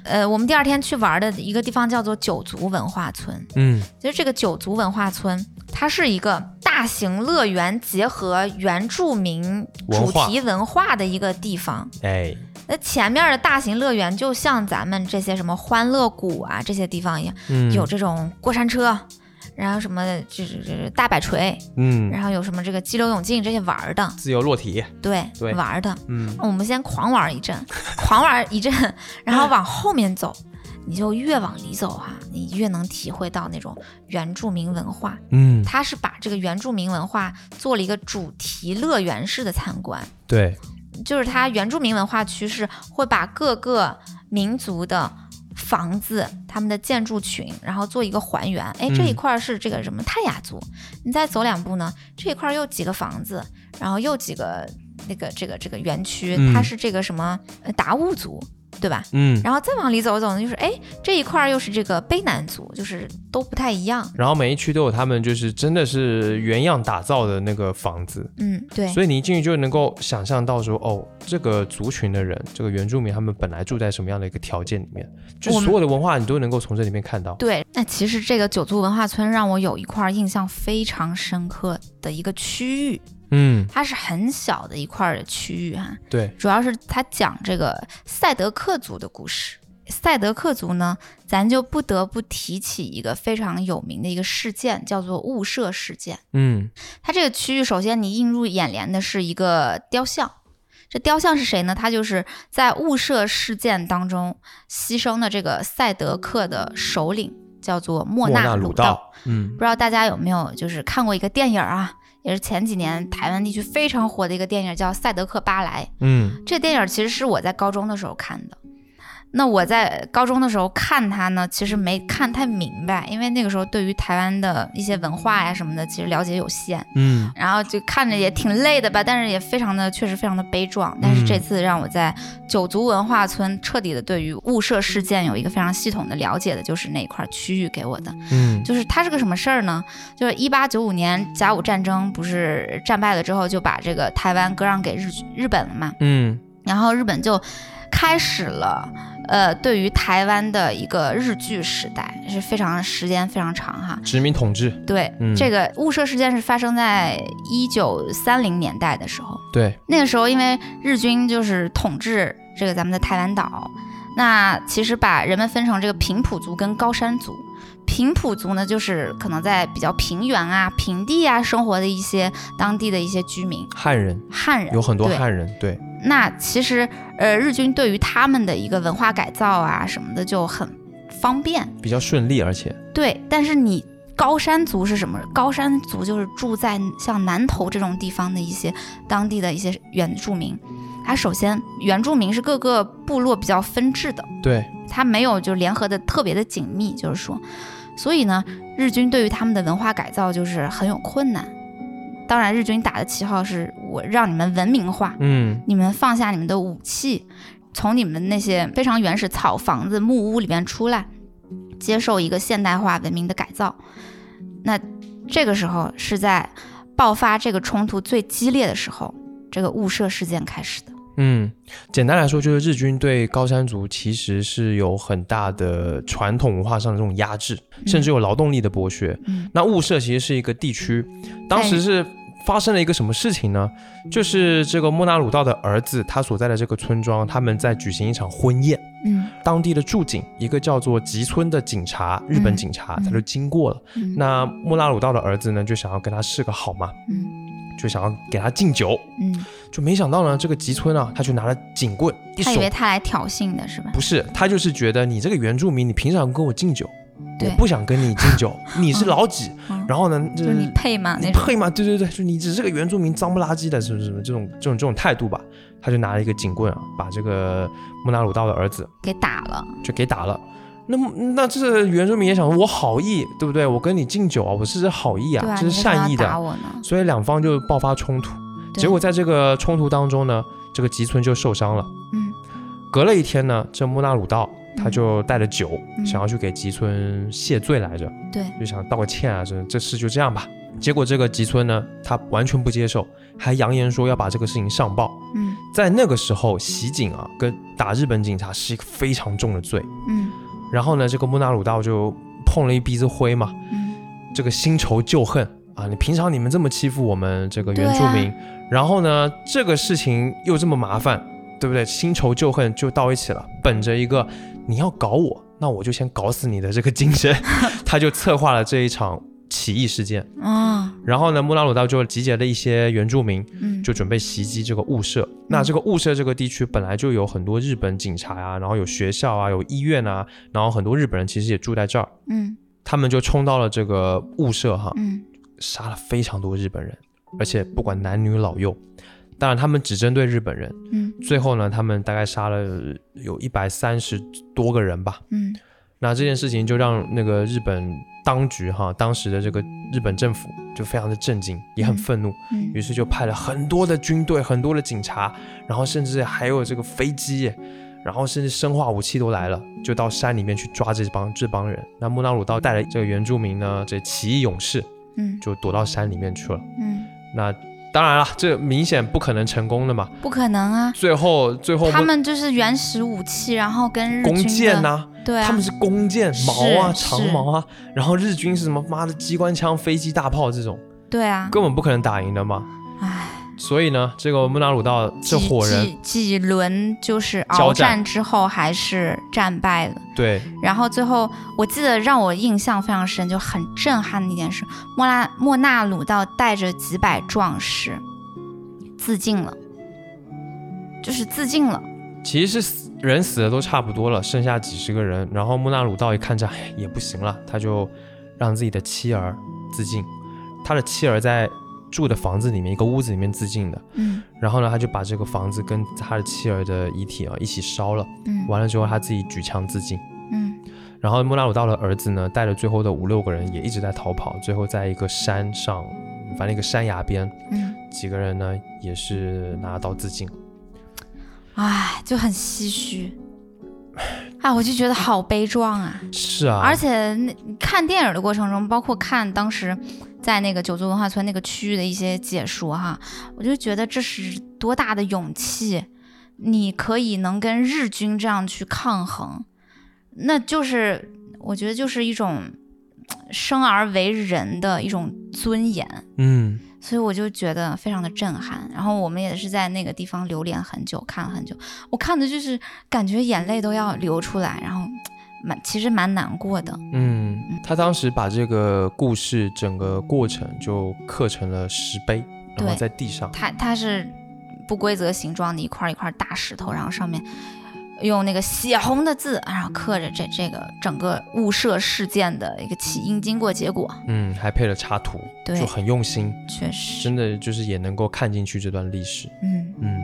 呃，我们第二天去玩的一个地方叫做九族文化村。 嗯， 其实这个九族文化村，它是一个大型乐园结合原住民主题文化的一个地方。 哎， 那前面的大型乐园就像咱们这些什么欢乐谷啊这些地方一样，嗯、有这种过山车。然后什么就是就是大摆锤，嗯，然后有什么这个激流勇进这些玩的， 自由落体， 对对玩的， 嗯， 我们先狂玩一阵，狂玩一阵，然后往后面走，你就越往里走哈、啊，你越能体会到那种原住民文化，嗯，他是把这个原住民文化做了一个主题乐园式的参观， 对， 就是它原住民文化区是会把各个民族的房子他们的建筑群然后做一个还原，哎，这一块是这个什么泰雅族、嗯、你再走两步呢，这一块又几个房子，然后又几个那个这个这个园区、嗯、它是这个什么达悟族对吧，嗯，然后再往里走走呢，就是哎这一块又是这个卑南族，就是都不太一样， 然后每一区都有他们就是真的是原样打造的那个房子， 嗯，对， 所以你一进去就能够想象到说，哦，这个族群的人，这个原住民他们本来住在什么样的一个条件里面，就所有的文化你都能够从这里面看到。 对，那其实这个九族文化村让我有一块印象非常深刻的一个区域，嗯，它是很小的一块的区域哈、啊， 对， 主要是它讲这个赛德克族的故事。赛德克族呢，咱就不得不提起一个非常有名的一个事件，叫做雾社事件。嗯，它这个区域首先你映入眼帘的是一个雕像，这雕像是谁呢？他就是在雾社事件当中牺牲的这个赛德克的首领，叫做莫纳鲁道。嗯，不知道大家有没有就是看过一个电影啊？也是前几年台湾地区非常火的一个电影，叫《赛德克巴莱》。嗯，这电影其实是我在高中的时候看的。那我在高中的时候看它呢，其实没看太明白，因为那个时候对于台湾的一些文化呀什么的，其实了解有限。嗯，然后就看着也挺累的吧，但是也非常的，确实非常的悲壮。但是这次让我在九族文化村彻底的对于雾社事件有一个非常系统的了解的，就是那块区域给我的。嗯，就是它是个什么事儿呢？就是一八九五年甲午战争不是战败了之后，就把这个台湾割让给日日本了嘛。嗯，然后日本就开始了。呃，对于台湾的一个日据时代是非常时间非常长哈， 殖民统治。 对，嗯、这个雾社事件是发生在一九三零年代的时候。 对， 那个时候因为日军就是统治这个咱们的台湾岛，那其实把人们分成这个平埔族跟高山族。平埔族呢，就是可能在比较平原啊、平地啊生活的一些当地的一些居民， 汉人， 汉人有很多汉人，对。 那其实，呃，日军对于他们的一个文化改造啊什么的就很方便， 比较顺利，而且对。但是你高山族是什么？高山族就是住在像南投这种地方的一些当地的一些原住民。它首先原住民是各个部落比较分治的， 对， 它没有就联合的特别的紧密，就是说。所以呢，日军对于他们的文化改造就是很有困难。当然，日军打的旗号是我让你们文明化，嗯，你们放下你们的武器，从你们那些非常原始草房子、木屋里面出来，接受一个现代化文明的改造。那这个时候是在爆发这个冲突最激烈的时候，这个雾社事件开始的。 嗯，简单来说就是日军对高山族其实是有很大的传统文化上的这种压制，嗯、甚至有劳动力的剥削。嗯、那雾社其实是一个地区，当时是发生了一个什么事情呢？就是这个莫纳鲁道的儿子他所在的这个村庄，他们在举行一场婚宴。嗯，当地的驻警一个叫做吉村的警察，日本警察，嗯、他就经过了。嗯、那莫纳鲁道的儿子呢，就想要跟他示个好嘛。嗯。就想要给他敬酒，嗯，就没想到呢，这个吉村啊，他就拿了警棍， 他以为他来挑衅的是吧？ 不是，他就是觉得你这个原住民，你凭啥跟我敬酒？我不想跟你敬酒，你是老几？嗯、然后呢，就、 就是你配吗？ 你配吗？对对对，就你只是个原住民，脏不拉几的，是不是？这种这种这种态度吧，他就拿了一个警棍啊，把这个莫纳鲁道的儿子给打了， 就给打了。那那这原住民也想我好意，对不对？我跟你敬酒啊，我是好意啊， 啊这是善意的，所以两方就爆发冲突。结果在这个冲突当中呢，这个吉村就受伤了。嗯，隔了一天呢，这莫纳鲁道他就带着酒，嗯、想要去给吉村谢罪来着。对，就想道个歉啊，这这事就这样吧。 结果这个吉村呢，他完全不接受，还扬言说要把这个事情上报。 嗯， 在那个时候，袭警啊，跟打日本警察是一个非常重的罪。 嗯， 然后呢，这个木纳鲁道就碰了一鼻子灰嘛。 嗯， 这个新仇旧恨啊，你平常你们这么欺负我们这个原住民，啊、然后呢，这个事情又这么麻烦，对不对？新仇旧恨就到一起了，本着一个你要搞我，那我就先搞死你的这个精神，他就策划了这一场起义事件。 哦， 然后呢，木纳鲁道就集结了一些原住民， 嗯， 就准备袭击这个雾社。嗯、那这个雾社这个地区本来就有很多日本警察啊，然后有学校啊，有医院啊，然后很多日本人其实也住在这儿。 嗯， 他们就冲到了这个雾社哈， 嗯， 杀了非常多日本人，而且不管男女老幼。当然他们只针对日本人。 嗯， 最后呢，他们大概杀了有一百三十多个人吧。 嗯， 那这件事情就让那个日本当局哈，当时的这个日本政府就非常的震惊，也很愤怒。 嗯， 于是就派了很多的军队，很多的警察，然后甚至还有这个飞机，然后甚至生化武器都来了，就到山里面去抓这帮这帮人。那木纳鲁道带了这个原住民呢，这起义勇士， 嗯， 就躲到山里面去了。 嗯， 那当然了，这明显不可能成功的嘛， 不可能啊！ 最后最后他们就是原始武器，然后跟日军的弓箭呐、啊， 对啊， 他们是弓箭、矛啊、长矛啊，然后日军是什么妈的机关枪、飞机、大炮这种， 对啊， 根本不可能打赢的嘛。 唉， 所以呢，这个木纳鲁道这伙人几几轮就是鏖战之后还是战败了。 对， 然后最后我记得让我印象非常深，就很震撼的一件事，莫拉莫纳鲁道带着几百壮士自尽了，就是自尽了。 其实是人死的都差不多了，剩下几十个人。然后木纳鲁道一看这也不行了，他就让自己的妻儿自尽。他的妻儿在住的房子里面，一个屋子里面自尽的。 嗯， 然后呢，他就把这个房子跟他的妻儿的遗体啊一起烧了。 嗯， 完了之后他自己举枪自尽。 嗯， 然后莫纳鲁道的儿子呢，带了最后的五六个人也一直在逃跑，最后在一个山上，反正一个山崖边， 嗯， 几个人呢也是拿刀自尽。 唉，就很唏嘘。啊，我就觉得好悲壮啊！ 是啊， 而且看电影的过程中，包括看当时在那个九族文化村那个区域的一些解说哈，我就觉得这是多大的勇气，你可以能跟日军这样去抗衡，那就是我觉得就是一种生而为人的一种尊严。 嗯， 所以我就觉得非常的震撼，然后我们也是在那个地方流连很久，看了很久，我看的就是感觉眼泪都要流出来，然后蛮其实蛮难过的。 嗯，他当时把这个故事整个过程就刻成了石碑，然后在地上， 它它是不规则形状的一块一块大石头，然后上面用那个血红的字，然后刻着这这个整个雾社事件的一个起因、经过、结果。 嗯，还配了插图， 对， 就很用心， 确实， 真的就是也能够看进去这段历史。 嗯嗯。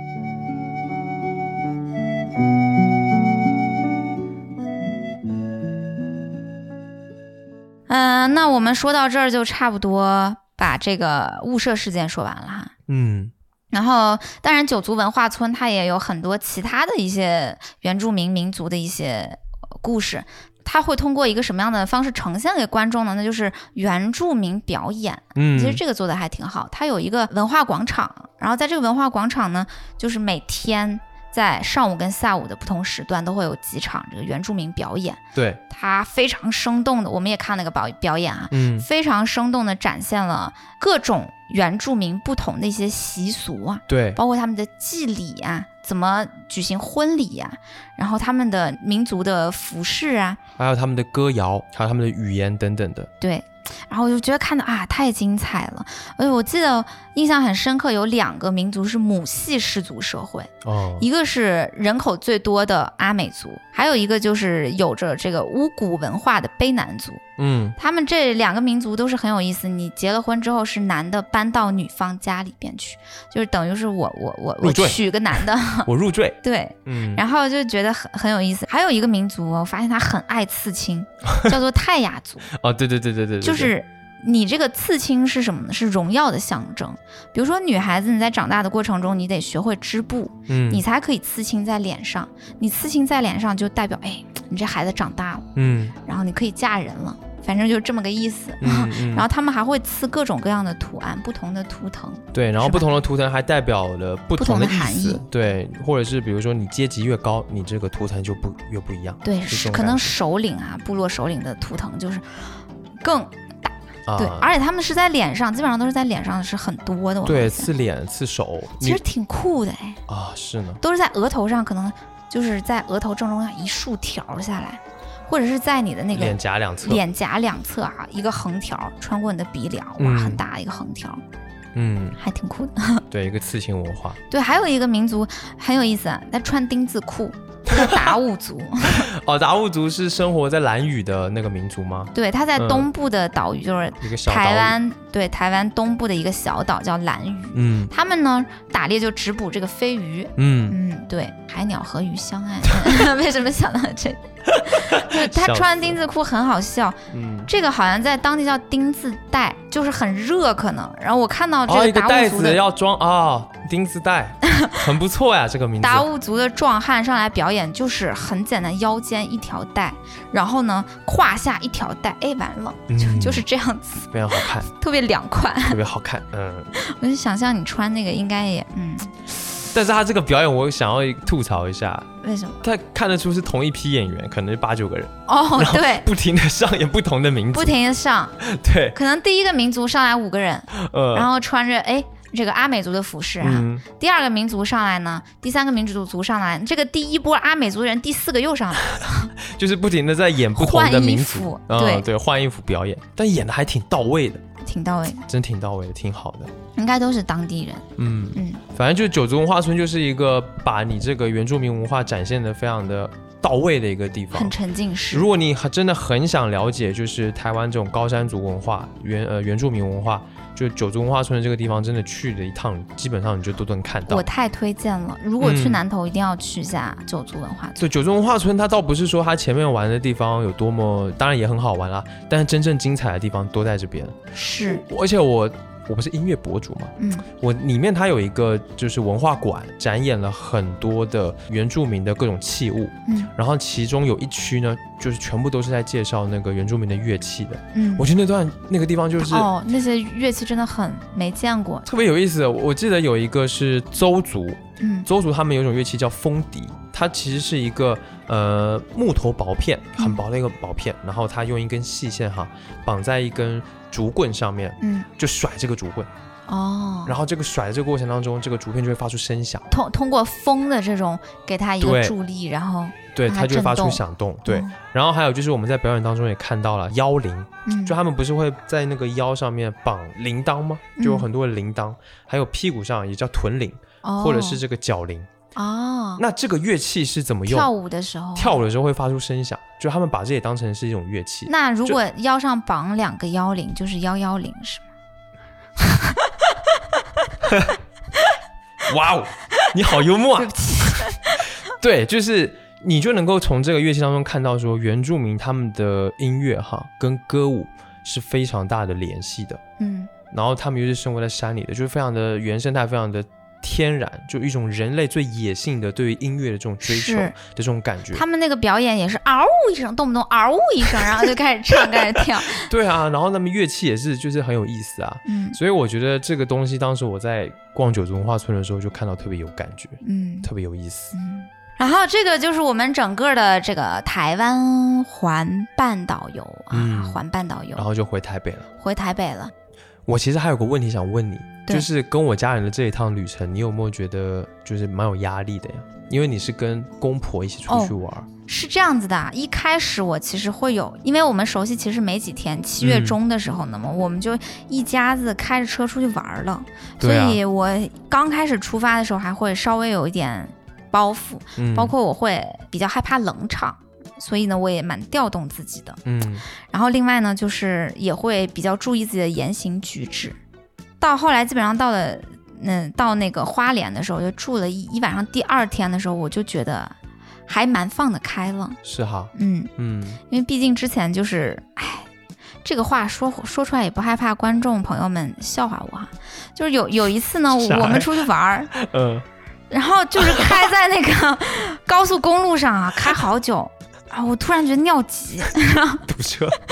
嗯、呃，那我们说到这儿就差不多把这个雾社事件说完了哈。 嗯。 然后当然九族文化村它也有很多其他的一些原住民民族的一些故事，它会通过一个什么样的方式呈现给观众呢？那就是原住民表演。 嗯， 其实这个做的还挺好，它有一个文化广场，然后在这个文化广场呢，就是每天在上午跟下午的不同时段都会有几场这个原住民表演。 对， 它非常生动的，我们也看那个表表演啊， 嗯， 非常生动的展现了各种原住民不同的一些习俗啊， 对， 包括他们的祭礼啊，怎么举行婚礼啊，然后他们的民族的服饰啊， 还有他们的歌谣，还有他们的语言等等的。 对，然后我就觉得看到啊，太精彩了。而且我记得印象很深刻，有两个民族是母系氏族社会， 哦， 一个是人口最多的阿美族，还有一个就是有着这个巫蛊文化的卑南族。 嗯， 他们这两个民族都是很有意思。你结了婚之后，是男的搬到女方家里边去，就是等于是我我我我娶个男的， 我入赘。 对， 嗯， 然后就觉得很很有意思。还有一个民族，我发现他很爱刺青，叫做泰雅族。 哦，对对对对 对, 对， 就是你这个刺青是什么呢？是荣耀的象征。比如说女孩子你在长大的过程中，你得学会织布， 嗯， 你才可以刺青在脸上。你刺青在脸上就代表，哎，你这孩子长大了， 嗯， 然后你可以嫁人了。 反正就这么个意思。 嗯嗯、 然后他们还会刺各种各样的图案，不同的图腾。 对，然后不同的图腾还代表了不同的意思。 含义。 对，或者是比如说你阶级越高，你这个图腾就不越不一样。 对，是可能首领啊，部落首领的图腾就是更大。 啊、 对，而且他们是在脸上，基本上都是在脸上是很多的。 对，刺脸、刺手， 其实挺酷的哎。 啊，是呢。 都是在额头上，可能就是在额头正中央一竖条下来。或者是在你的那个脸颊两侧， 脸颊两侧啊，一个横条穿过你的鼻梁，哇， 嗯、 很大一个横条， 嗯， 还挺酷的。 对，一个刺青文化。 对，还有一个民族很有意思啊，他穿丁字裤，他叫达悟族。 哦，达悟族是生活在兰屿的那个民族吗？ 对，他在东部的岛屿，嗯、就是一个小岛屿台湾，对，台湾东部的一个小岛叫兰屿。 嗯， 他们呢打猎就只捕这个飞鱼。 嗯嗯，对，海鸟和鱼相爱。为什么想到这？他穿丁字裤很好笑， 嗯， 这个好像在当地叫丁字带，就是很热可能。然后我看到这个达悟族的、 哦、一个袋子要装啊、哦，丁字带，很不错呀，这个名字。 达悟族的壮汉上来表演就是很简单，腰间一条带，然后呢胯下一条带，哎，完了，嗯、就就是这样子， 非常好看， 特别凉快， 特别好看，嗯。 我就想象你穿那个应该也嗯。 但是他这个表演我想要吐槽一下， 为什么？ 他看得出是同一批演员，可能是八九个人哦，对， 不停的上演不同的民族， 不停的上， 对， 可能第一个民族上来五个人，呃，然后穿着哎这个阿美族的服饰哈、啊嗯，第二个民族上来呢，第三个民族族上来，这个第一波阿美族人第四个又上来， 就是不停的在演不同的民族， 嗯、对对，换衣服表演，但演的还挺到位的。 挺到位的， 真挺到位的，挺好的， 应该都是当地人。 嗯嗯，反正就九族文化村就是一个把你这个原住民文化展现的非常的到位的一个地方， 很沉浸式。 如果你真的很想了解，就是台湾这种高山族文化、原呃原住民文化，就九族文化村的这个地方，真的去了一趟，基本上你就都能看到。 我太推荐了，如果去南投，一定要去一下九族文化村。 对、嗯，九族文化村它倒不是说它前面玩的地方有多么，当然也很好玩啦，但是真正精彩的地方都在这边。 是， 而且我我不是音乐博主嘛， 嗯， 我里面它有一个就是文化馆，展演了很多的原住民的各种器物， 嗯， 然后其中有一区呢，就是全部都是在介绍那个原住民的乐器的， 嗯， 我觉得那段那个地方就是哦，那些乐器真的很没见过， 特别有意思。我记得有一个是邹族， 嗯， 邹族他们有一种乐器叫风笛，它其实是一个呃木头薄片，很薄的一个薄片，嗯、然后它用一根细线哈绑在一根竹棍上面， 嗯， 就甩这个竹棍， 哦， 然后这个甩的这个过程当中，这个竹片就会发出声响， 通通过风的这种给它一个助力，然后对它就会发出响动，对、 嗯。 然后还有就是我们在表演当中也看到了腰铃， 嗯， 就他们不是会在那个腰上面绑铃铛吗？就有很多的铃铛，嗯、还有屁股上也叫臀铃， 哦、 或者是这个脚铃。 哦， 那这个乐器是怎么用？ 跳舞的时候， 跳舞的时候会发出声响，就他们把这也当成是一种乐器。 那如果腰上绑两个腰铃，就是幺幺零是吗？哇哦，你好幽默啊！ 对不起， 对，就是你就能够从这个乐器当中看到说，原住民他们的音乐哈跟歌舞是非常大的联系的。 嗯， 然后他们又是生活在山里的，就是非常的原生态，非常的天然，就一种人类最野性的对于音乐的这种追求的这种感觉。 他们那个表演也是嗷一声，动不动嗷一声，然后就开始唱，开始跳。 对啊，然后他们乐器也是，就是很有意思啊。 嗯， 所以我觉得这个东西，当时我在逛九族文化村的时候，就看到特别有感觉， 嗯， 特别有意思。 嗯，然后这个就是我们整个的这个台湾环半岛游啊，嗯、环半岛游， 然后就回台北了， 回台北了。 我其实还有个问题想问你，就是跟我家人的这一趟旅程，你有没有觉得就是蛮有压力的呀？因为你是跟公婆一起出去玩。哦， 是这样子的，一开始我其实会有，因为我们熟悉其实没几天，七月中的时候呢嘛、嗯，我们就一家子开着车出去玩了，所以我刚开始出发的时候还会稍微有一点包袱，嗯、包括我会比较害怕冷场。所以呢，我也蛮调动自己的， 嗯， 然后另外呢，就是也会比较注意自己的言行举止。到后来基本上到了，嗯，到那个花莲的时候，就住了一一晚上。第二天的时候，我就觉得还蛮放得开了。 是哈， 嗯嗯， 因为毕竟之前就是，哎，这个话说说出来也不害怕观众朋友们笑话我哈。就是有有一次呢，我们出去玩， 嗯， 然后就是开在那个高速公路上啊，开好久。啊！我突然觉得尿急， 堵车，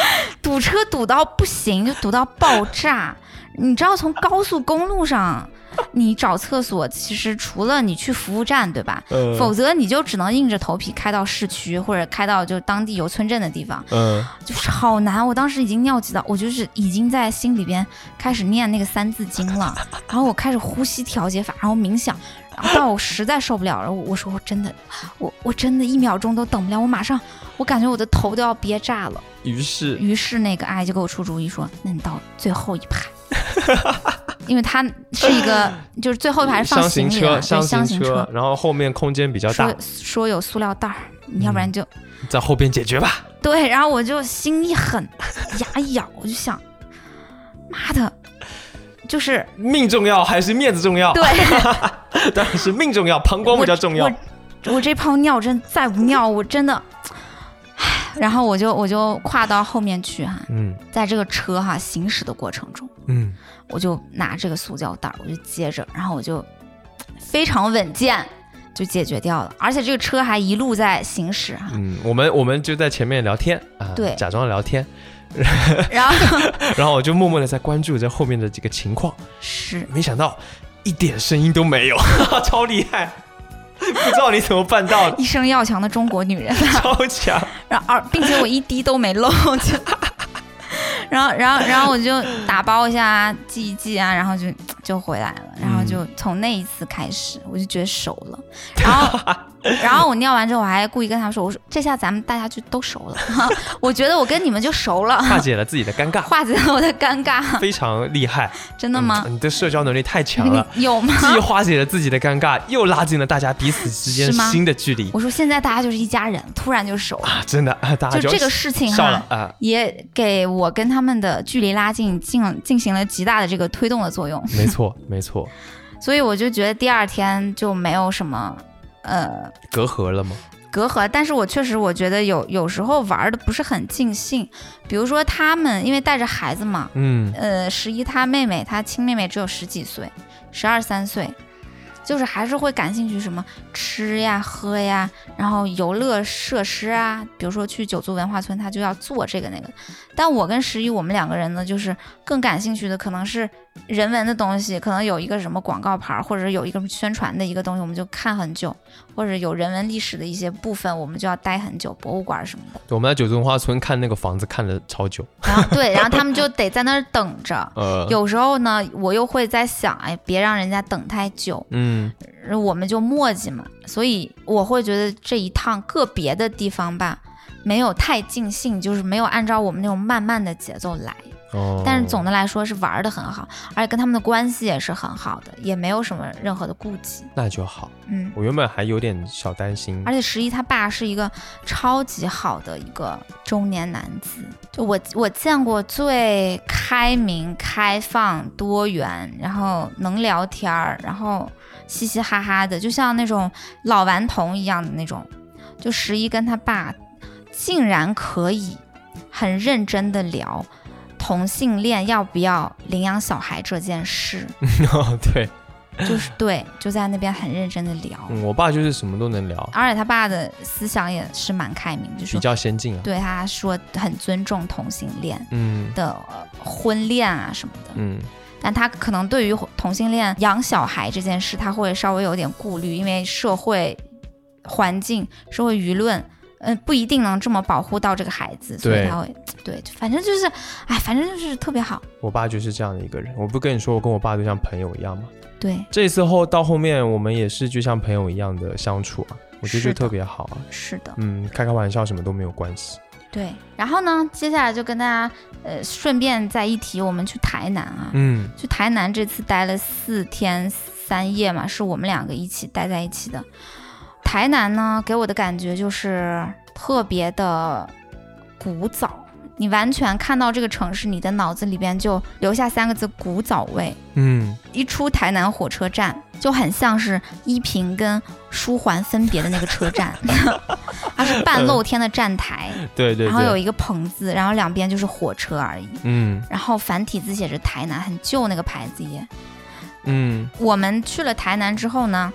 堵车堵到不行，就堵到爆炸。你知道从高速公路上你找厕所，其实除了你去服务站对吧、呃、否则你就只能硬着头皮开到市区或者开到就当地有村镇的地方、呃、就是好难。我当时已经尿急到我就是已经在心里边开始念那个三字经了，然后我开始呼吸调节法，然后冥想，然后到我实在受不了了，我说我真的我我真的一秒钟都等不了，我马上我感觉我的头都要憋炸了。 于是于是那个爱就给我出主意说，那你到最后一排因为它是一个就是最后一排是放行李的箱型 车, 车然后后面空间比较大， 说, 说有塑料袋，你要不然就、 嗯、在后边解决吧。 对，然后我就心一狠牙一咬，我就想妈的就是命重要还是面子重要？ 对当然是命重要，膀胱比较重要。 我, 我, 我这泡尿真再不尿我真的然后我就我就跨到后面去哈，嗯，在这个车哈行驶的过程中，嗯，我就拿这个塑胶袋，我就接着，然后我就非常稳健就解决掉了，而且这个车还一路在行驶哈， 嗯，我们我们就在前面聊天啊， 对， 假装聊天， 然后然后我就默默的在关注在后面的这个情况， 是， 没想到一点声音都没有，超厉害。不知道你怎么办到的， 一生要强的中国女人， 超强。 然后，并且我一滴都没漏，就，然后，然后，然后我就打包一下，记一记啊，然后就就回来了。然后就从那一次开始，我就觉得熟了。然后，然后我尿完之后，我还故意跟他们说：“我说这下咱们大家就都熟了。我觉得我跟你们就熟了， 化解了自己的尴尬， 化解了我的尴尬， 非常厉害。 真的吗？ 嗯、你的社交能力太强了， 有吗？ 既化解了自己的尴尬，又拉近了大家彼此之间新的距离。 我说现在大家就是一家人，突然就熟了啊！真的，啊、大家就这个事情哈、 啊， 也给我跟他们的距离拉近进进行了极大的这个推动的作用。 没错，没错。 所以我就觉得第二天就没有什么呃隔阂了吗？ 隔阂，但是我确实我觉得有有时候玩的不是很尽兴，比如说他们因为带着孩子嘛，嗯，呃，十一他妹妹，他亲妹妹只有十几岁，十二三岁，就是还是会感兴趣什么吃呀喝呀，然后游乐设施啊，比如说去九族文化村，他就要做这个那个。但我跟十一我们两个人呢，就是更感兴趣的可能是人文的东西，可能有一个什么广告牌，或者有一个宣传的一个东西，我们就看很久，或者有人文历史的一些部分，我们就要待很久，博物馆什么的。 我们在九族文化村看那个房子看了超久， 然后对，然后他们就得在那儿等着。呃，有时候呢，我又会在想，哎，别让人家等太久。嗯，我们就磨叽嘛，所以我会觉得这一趟个别的地方吧，没有太尽兴，就是没有按照我们那种慢慢的节奏来。哦，但是总的来说是玩得很好，而且跟他们的关系也是很好的，也没有什么任何的顾忌， 那就好。嗯，我原本还有点小担心， 而且十一他爸是一个超级好的一个中年男子，就我我见过最开明、开放、多元，然后能聊天，然后嘻嘻哈哈的，就像那种老顽童一样的那种。就十一跟他爸竟然可以很认真的聊同性恋要不要领养小孩这件事。 哦，对， 就是对，就在那边很认真的聊。 嗯，我爸就是什么都能聊， 而且他爸的思想也是蛮开明，就是比较先进啊。 对，他说很尊重同性恋的婚恋啊什么的。嗯，但他可能对于同性恋养小孩这件事，他会稍微有点顾虑，因为社会环境、社会舆论。嗯，不一定能这么保护到这个孩子，所以他会对，反正就是，哎，反正就是特别好。 我爸就是这样的一个人，我不跟你说，我跟我爸就像朋友一样吗？ 对， 这次后到后面，我们也是就像朋友一样的相处啊，我觉得就特别好啊。 是的， 嗯，开开玩笑什么都没有关系。 对，然后呢，接下来就跟大家呃顺便再一提，我们去台南啊，嗯，去台南这次待了四天三夜嘛，是我们两个一起待在一起的。台南呢，给我的感觉就是特别的古早，你完全看到这个城市，你的脑子里边就留下三个字古早味。嗯，一出台南火车站就很像是依萍跟舒缓分别的那个车站。它是半露天的站台， 嗯、对, 对对， 然后有一个棚子，然后两边就是火车而已。嗯，然后繁体字写着台南，很旧那个牌子也。嗯，我们去了台南之后呢，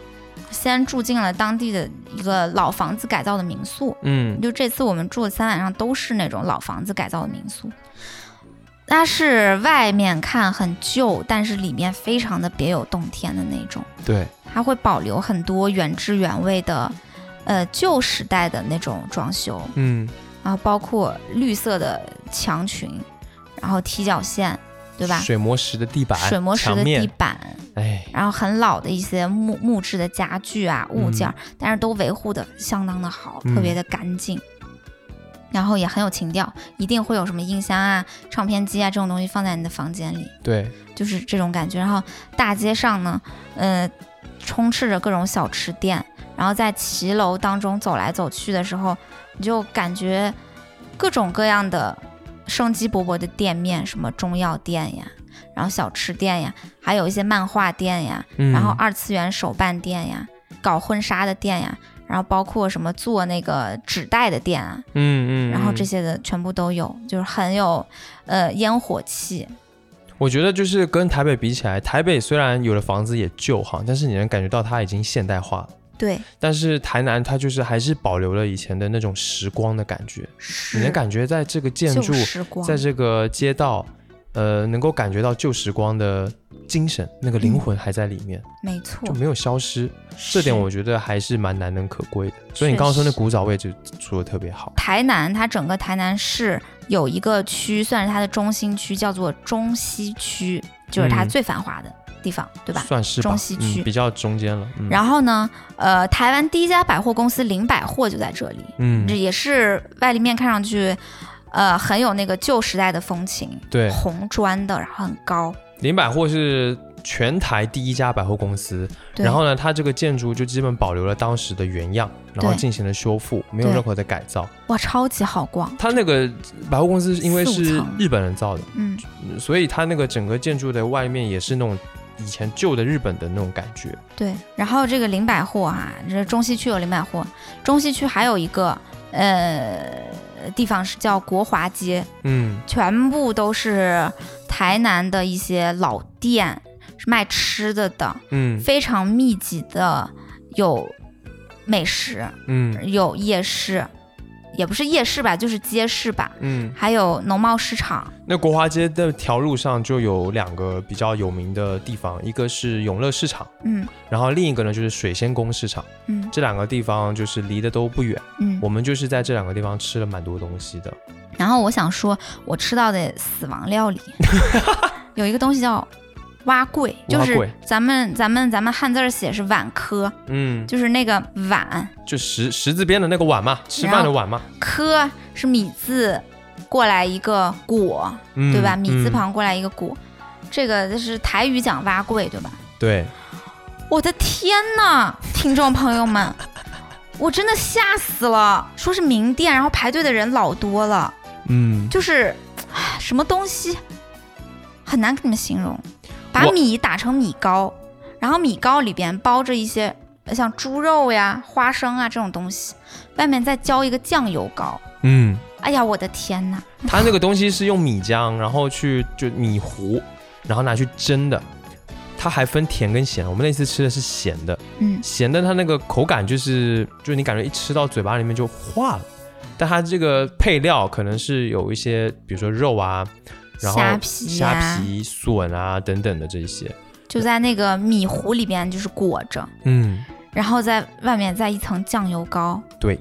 先住进了当地的一个老房子改造的民宿。 嗯， 就这次我们住的三晚上都是那种老房子改造的民宿，它是外面看很旧，但是里面非常的别有洞天的那种。 对， 它会保留很多原汁原味的呃旧时代的那种装修。 嗯， 然后包括绿色的墙群，然后踢脚线，对吧？ 水磨石的地板， 水磨石的地板， 哎， 然后很老的一些木木质的家具啊物件、嗯，但是都维护的相当的好，特别的干净、嗯，然后也很有情调，一定会有什么音箱啊、唱片机啊这种东西放在你的房间里， 对， 就是这种感觉。然后大街上呢，呃，充斥着各种小吃店，然后在骑楼当中走来走去的时候，你就感觉各种各样的生机勃勃的店面，什么中药店呀，然后小吃店呀，还有一些漫画店呀、嗯、然后二次元手办店呀，搞婚纱的店呀，然后包括什么做那个纸袋的店啊， 嗯嗯， 然后这些的全部都有，就是很有呃烟火气。 我觉得就是跟台北比起来，台北虽然有的房子也旧哈，但是你能感觉到它已经现代化了。 对， 但是台南它就是还是保留了以前的那种时光的感觉，你能感觉在这个建筑，在这个街道，呃，能够感觉到旧时光的精神，那个灵魂还在里面， 嗯、没错， 就没有消失。这点我觉得还是蛮难能可贵的。所以你刚刚说那古早味就说的特别好。 台南它整个台南市有一个区，算是它的中心区，叫做中西区，就是它最繁华的地方、嗯、对吧？ 算是吧， 中西区、 嗯、比较中间了、嗯。然后呢，呃，台湾第一家百货公司林百货就在这里， 嗯， 这也是外立面看上去，呃，很有那个旧时代的风情， 对， 红砖的，然后很高。 林百货是全台第一家百货公司，然后呢，它这个建筑就基本保留了当时的原样，然后进行了修复，没有任何的改造。 哇，超级好逛！ 它那个百货公司因为是日本人造的， 嗯， 所以它那个整个建筑的外面也是那种以前旧的日本的那种感觉。 对，然后这个林百货啊，这中西区有林百货，中西区还有一个呃地方是叫国华街， 嗯， 全部都是台南的一些老店，是卖吃的的， 嗯，非常密集的，有美食， 嗯， 有夜市，也不是夜市吧，就是街市吧， 嗯， 还有农贸市场。 那国华街的条路上就有两个比较有名的地方，一个是永乐市场， 嗯， 然后另一个呢就是水仙宫市场， 嗯， 这两个地方就是离得都不远， 嗯， 我们就是在这两个地方吃了蛮多东西的。 然后我想说，我吃到的死亡料理有一个东西叫蛙桂，就是咱们咱们咱们汉字写是碗科， 嗯， 就是那个碗， 就十十字边的那个碗嘛，吃饭的碗嘛。 科是米字过来一个果， 嗯、 对吧？米字旁过来一个果，嗯、这个就是台语讲蛙桂，对吧？ 对。 我的天哪，听众朋友们，我真的吓死了！说是名店，然后排队的人老多了， 嗯， 就是什么东西很难跟你们形容。把米打成米糕，然后米糕里边包着一些像猪肉呀、花生啊这种东西，外面再浇一个酱油膏。 嗯， 哎呀，我的天哪！ 它那个东西是用米浆，然后去就米糊，然后拿去蒸的。它还分甜跟咸，我们那次吃的是咸的。 嗯， 咸的它那个口感就是就是你感觉一吃到嘴巴里面就化了，但它这个配料可能是有一些，比如说肉啊。然后虾皮、 虾皮、笋啊等等的这些， 就在那个米糊里边就是裹着， 嗯， 然后在外面再一层酱油膏。 对，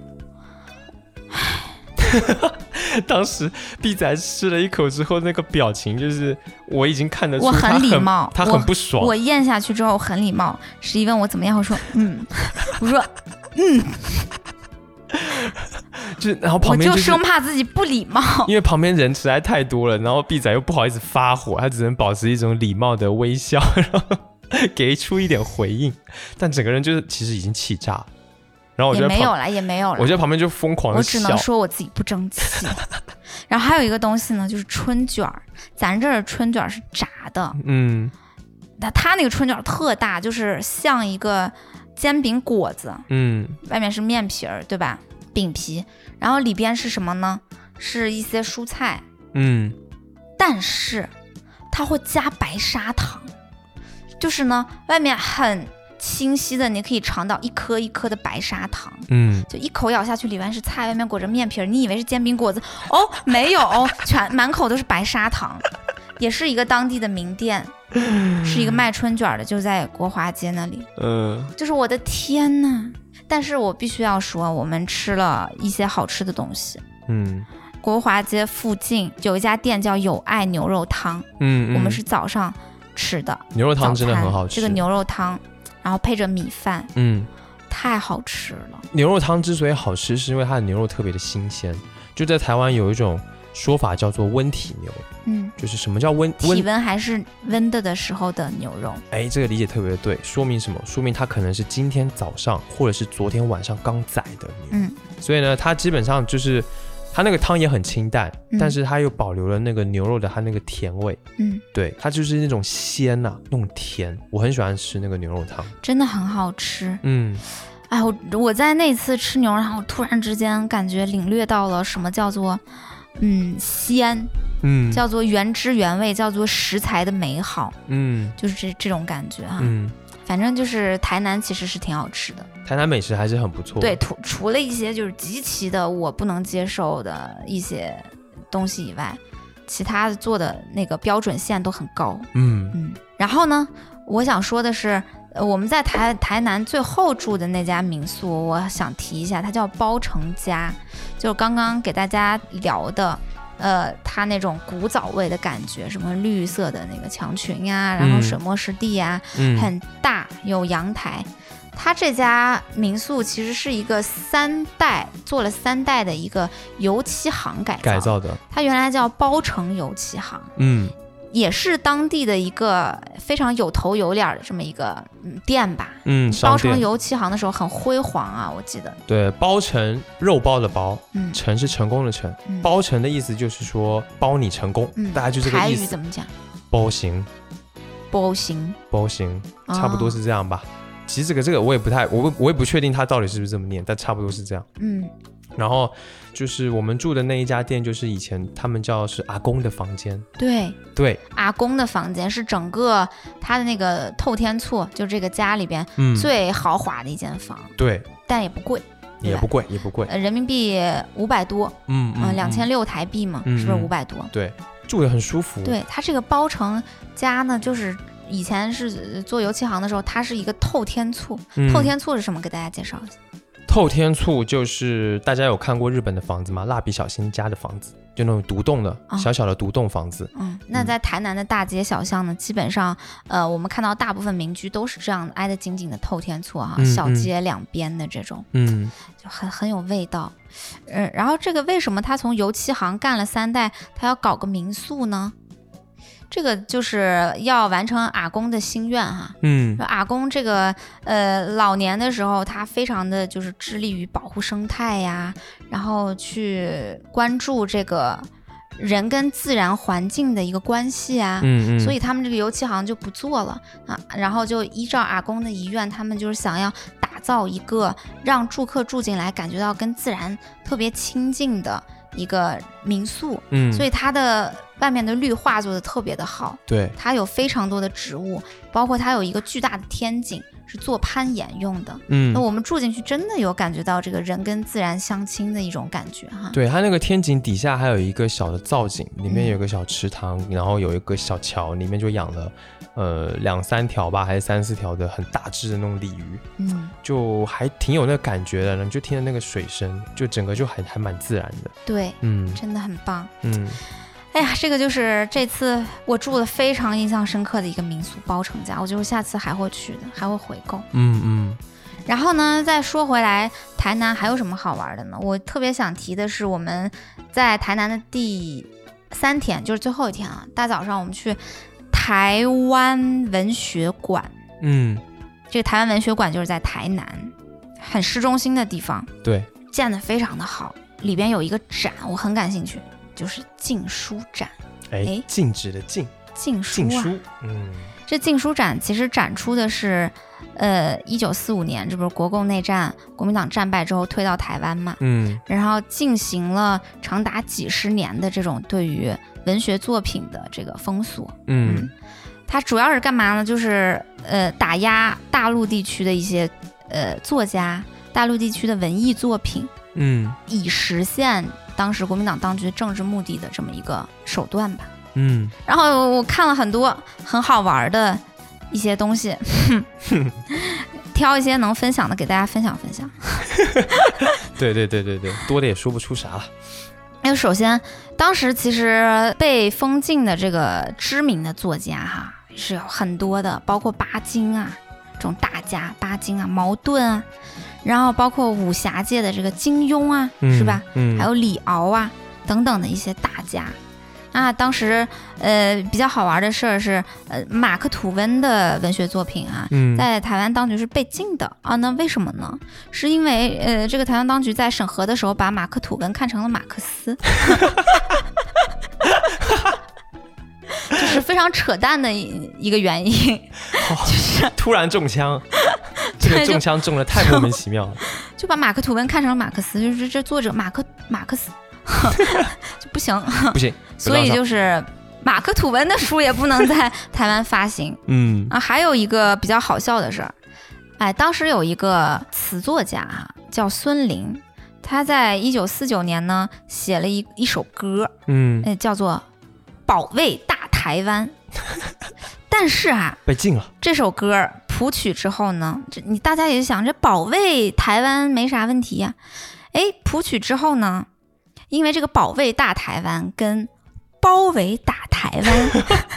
当时毕仔吃了一口之后，那个表情就是我已经看得出我很礼貌， 他 很, 他很不爽。 我, 我咽下去之后很礼貌，十一问我怎么样，我说嗯，我说嗯。 就然后旁边、就是、 我就生怕自己不礼貌， 因为旁边人实在太多了，然后毕仔又不好意思发火，他只能保持一种礼貌的微笑，然后给出一点回应，但整个人就是其实已经气炸了。然后我就也没有了，也没有了。 我在旁边就疯狂的笑， 我只能说我自己不争气。然后还有一个东西呢，就是春卷儿，咱这儿春卷是炸的， 嗯， 那他那个春卷特大，就是像一个煎饼果子， 嗯， 外面是面皮儿，对吧？饼皮，然后里边是什么呢？是一些蔬菜， 嗯， 但是它会加白砂糖，就是呢，外面很清晰的，你可以尝到一颗一颗的白砂糖， 嗯， 就一口咬下去，里面是菜，外面裹着面皮，你以为是煎饼果子，哦，没有哦，全满口都是白砂糖，也是一个当地的名店，是一个卖春卷的，就在国华街那里， 呃， 就是我的天呐！但是我必须要说，我们吃了一些好吃的东西， 嗯。 国华街附近有一家店叫友爱牛肉汤， 嗯, 嗯， 我们是早上吃的， 牛肉汤真的很好吃。 这个牛肉汤，然后配着米饭， 嗯， 太好吃了。 牛肉汤之所以好吃，是因为它的牛肉特别的新鲜。就在台湾有一种说法叫做温体牛， 嗯， 就是什么叫温？ 体温还是温的的时候的牛肉。 哎，这个理解特别的对，说明什么？说明它可能是今天早上或者是昨天晚上刚宰的牛。 嗯， 所以呢，它基本上就是。它那个汤也很清淡， 嗯、 但是它又保留了那个牛肉的它那个甜味， 嗯， 对，它就是那种鲜呐、啊，那种甜，我很喜欢吃那个牛肉汤， 真的很好吃， 嗯， 哎，我我在那次吃牛肉汤，我突然之间感觉领略到了什么叫做，嗯，鲜， 嗯， 叫做原汁原味，叫做食材的美好， 嗯， 就是这这种感觉哈， 嗯。 反正就是台南其实是挺好吃的， 台南美食还是很不错。 对，除除了一些就是极其的我不能接受的一些东西以外，其他的做的那个标准线都很高。 嗯嗯。然后呢，我想说的是，呃，我们在台台南最后住的那家民宿，我想提一下，它叫包成家，就是刚刚给大家聊的。呃，它那种古早味的感觉，什么绿色的那个墙裙呀，然后水墨湿地呀， 嗯、 很大，有阳台。它这家民宿其实是一个三代做了三代的一个油漆行改造改造的， 它原来叫包城油漆行， 嗯， 也是当地的一个非常有头有脸的这么一个店吧。 嗯， 包城油漆行的时候很辉煌啊，我记得。 对，包成肉包的包， 嗯， 成是成功的成， 嗯、 包成的意思就是说包你成功， 嗯、 大概就这个意思。 台语怎么讲？ 包行， 包行， 包行，差不多是这样吧。哦、其实这个这个我也不太，我我也不确定它到底是不是这么念，但差不多是这样。 嗯。 然后就是我们住的那一家店，就是以前他们叫是阿公的房间。 对对， 阿公的房间是整个他的那个透天厝，就这个家里边最豪华的一间房。 嗯、对， 但也不贵， 也不贵，也不贵， 呃，人民币五百多， 嗯嗯， 两千六台币嘛， 嗯、 是不是五百多？ 对，住得很舒服。 对，他这个包成家呢，就是以前是做油漆行的时候，它是一个透天厝。 嗯、 透天厝是什么？给大家介绍一下。 透天厝就是大家有看过日本的房子吗？蜡笔小新家的房子，就那种独栋的、哦、小小的独栋房子。 嗯，那在台南的大街小巷呢，嗯、基本上，呃，我们看到大部分民居都是这样挨得紧紧的透天厝哈， 嗯、 小街两边的这种， 嗯， 就很很有味道。嗯、呃，然后这个为什么他从油漆行干了三代，他要搞个民宿呢？这个就是要完成阿公的心愿哈， 嗯， 阿公这个呃老年的时候，他非常的就是致力于保护生态呀，然后去关注这个人跟自然环境的一个关系啊， 嗯嗯， 所以他们这个油漆行就不做了啊，然后就依照阿公的遗愿，他们就是想要打造一个让住客住进来感觉到跟自然特别亲近的一个民宿， 嗯， 所以它的外面的绿化做的特别的好， 对， 它有非常多的植物，包括它有一个巨大的天井是做攀岩用的， 嗯， 那我们住进去真的有感觉到这个人跟自然相亲的一种感觉哈。 对，它那个天井底下还有一个小的造景，里面有一个小池塘，嗯、然后有一个小桥，里面就养了呃两三条吧，还是三四条的很大只的那种鲤鱼， 嗯， 就还挺有那个感觉的，你就听着那个水声，就整个就还还蛮自然的。 对， 嗯， 真的很棒， 嗯。 哎呀，这个就是这次我住的非常印象深刻的一个民宿包成家，我觉得下次还会去的，还会回购。 嗯嗯。 然后呢，再说回来，台南还有什么好玩的呢？我特别想提的是，我们在台南的第三天，就是最后一天啊，大早上我们去台湾文学馆。 嗯， 这个台湾文学馆就是在台南，很市中心的地方。 对， 建得非常的好，里边有一个展，我很感兴趣。就是禁书展， 哎，禁止的禁， 禁书、啊、 禁书，嗯， 这禁书展其实展出的是，呃，一九四五年，这不是国共内战，国民党战败之后退到台湾嘛， 嗯， 然后进行了长达几十年的这种对于文学作品的这个封锁， 嗯， 嗯它主要是干嘛呢？就是呃打压大陆地区的一些呃作家，大陆地区的文艺作品， 嗯， 以实现当时国民党当局政治目的的这么一个手段吧。 嗯， 然后我看了很多很好玩的一些东西，挑一些能分享的给大家分享分享。 对对对对对，多的也说不出啥了。 那首先，当时其实被封禁的这个知名的作家哈是有很多的，包括巴金啊这种大家，巴金啊、茅盾啊，然后包括武侠界的这个金庸啊， 嗯、 是吧？ 嗯， 还有李敖啊等等的一些大家。啊，当时呃比较好玩的事儿是，呃马克吐温的文学作品啊， 嗯、 在台湾当局是被禁的啊。那为什么呢？是因为呃这个台湾当局在审核的时候把马克吐温看成了马克思，就是非常扯淡的一一个原因， 哦、 就是突然中枪，这个中枪中的太莫名其妙了， 就把马克吐温看成了马克思，就是这作者马克马克思。就不行， 不行， 所以就是马克吐温的书也不能在台湾发行。 嗯啊，还有一个比较好笑的事儿，哎，当时有一个词作家哈、啊，叫孙林，他在一九四九年呢写了一一首歌， 嗯， 哎，叫做《保卫大台湾》。但是啊， 被禁了。 这首歌谱曲之后呢，这你大家也想，这保卫台湾没啥问题呀、啊。哎，谱曲之后呢？因为这个保卫大台湾跟包围大台湾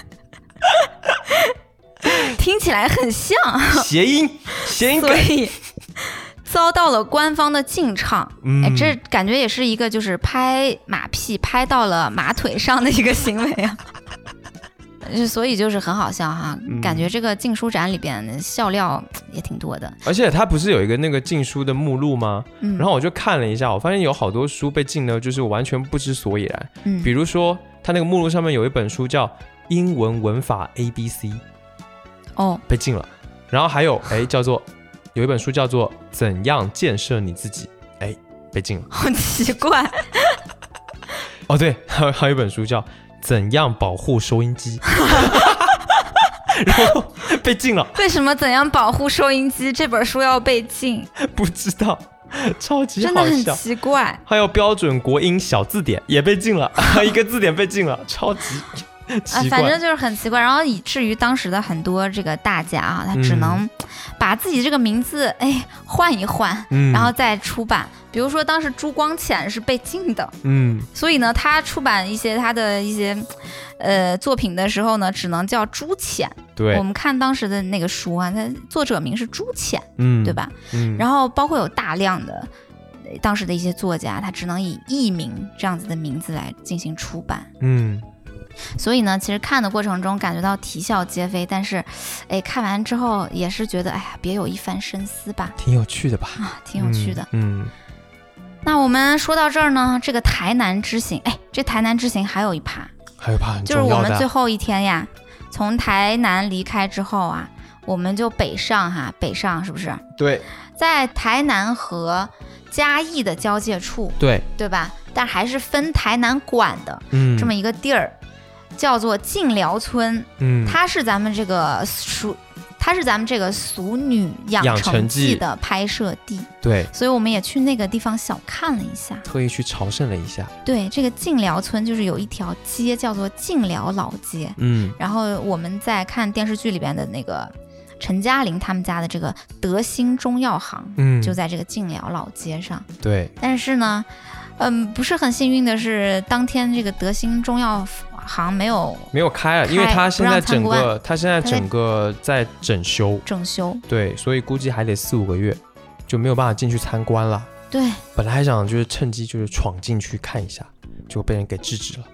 听起来很像， 谐音谐音梗， 所以遭到了官方的禁唱。 嗯， 哎，这感觉也是一个就是拍马屁拍到了马腿上的一个行为啊。所以就是很好笑哈， 嗯、 感觉这个禁书展里边笑料也挺多的。 而且它不是有一个那个禁书的目录吗？ 嗯， 然后我就看了一下，我发现有好多书被禁的，就是我完全不知所以然。 嗯， 比如说它那个目录上面有一本书叫《英文文法 A B C》， 哦， 被禁了。然后还有哎，叫做有一本书叫做《怎样建设你自己》，哎，被禁了。 好奇怪。 哦，对，还有还有一本书叫。怎样保护收音机？然后被禁了。 为什么怎样保护收音机这本书要被禁？ 不知道，超级好笑， 真的很奇怪。 还有标准国音小字典也被禁了，一个字典被禁了，超级奇怪、 啊。反正就是很奇怪，然后以至于当时的很多这个大家啊，他只能把自己这个名字哎换一换、嗯，然后再出版。比如说当时朱光潜是被禁的， 嗯， 所以呢，他出版一些他的一些呃作品的时候呢，只能叫朱潜。 对， 我们看当时的那个书啊，他作者名是朱潜， 嗯， 对吧？ 嗯， 然后包括有大量的当时的一些作家，他只能以艺名这样子的名字来进行出版， 嗯。 所以呢，其实看的过程中感觉到啼笑皆非，但是，哎，看完之后也是觉得，哎呀，别有一番深思吧， 挺有趣的吧？ 啊，挺有趣的。 嗯。嗯， 那我们说到这儿呢，这个台南之行，哎，这台南之行还有一趴， 还有一趴很重要的，就是我的们最后一天呀，从台南离开之后啊，我们就北上哈，北上是不是？ 对， 在台南和嘉义的交界处， 对， 对吧？但还是分台南管的， 嗯， 这么一个地儿。叫做晋寮村， 嗯， 它是咱们这个俗，它是咱们这个《俗女养成记》的拍摄地， 对， 所以我们也去那个地方小看了一下， 特意去朝圣了一下。 对，这个晋寮村就是有一条街叫做晋寮老街， 嗯， 然后我们在看电视剧里边的那个陈嘉玲他们家的这个德兴中药行， 嗯， 就在这个晋寮老街上， 对， 但是呢，嗯，不是很幸运的是，当天这个德兴中药行没有没有开了，因为它现在整个它现在整个在整修整修， 对，所以估计还得四五个月，就没有办法进去参观了。 对， 本来还想就是趁机就是闯进去看一下，结果被人给制止了。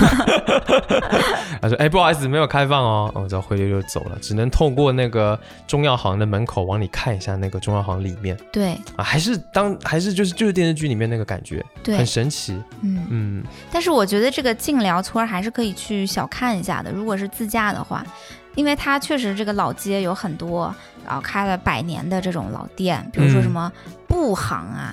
他说：“哎，不好意思，没有开放哦。”我就回去就走了，只能透过那个中药行的门口往里看一下那个中药行里面。 对啊，还是当还是就是就是电视剧里面那个感觉， 对， 很神奇。 嗯嗯。但是我觉得这个晋寮村还是可以去小看一下的，如果是自驾的话，因为它确实这个老街有很多，然后开了百年的这种老店，比如说什么布行啊。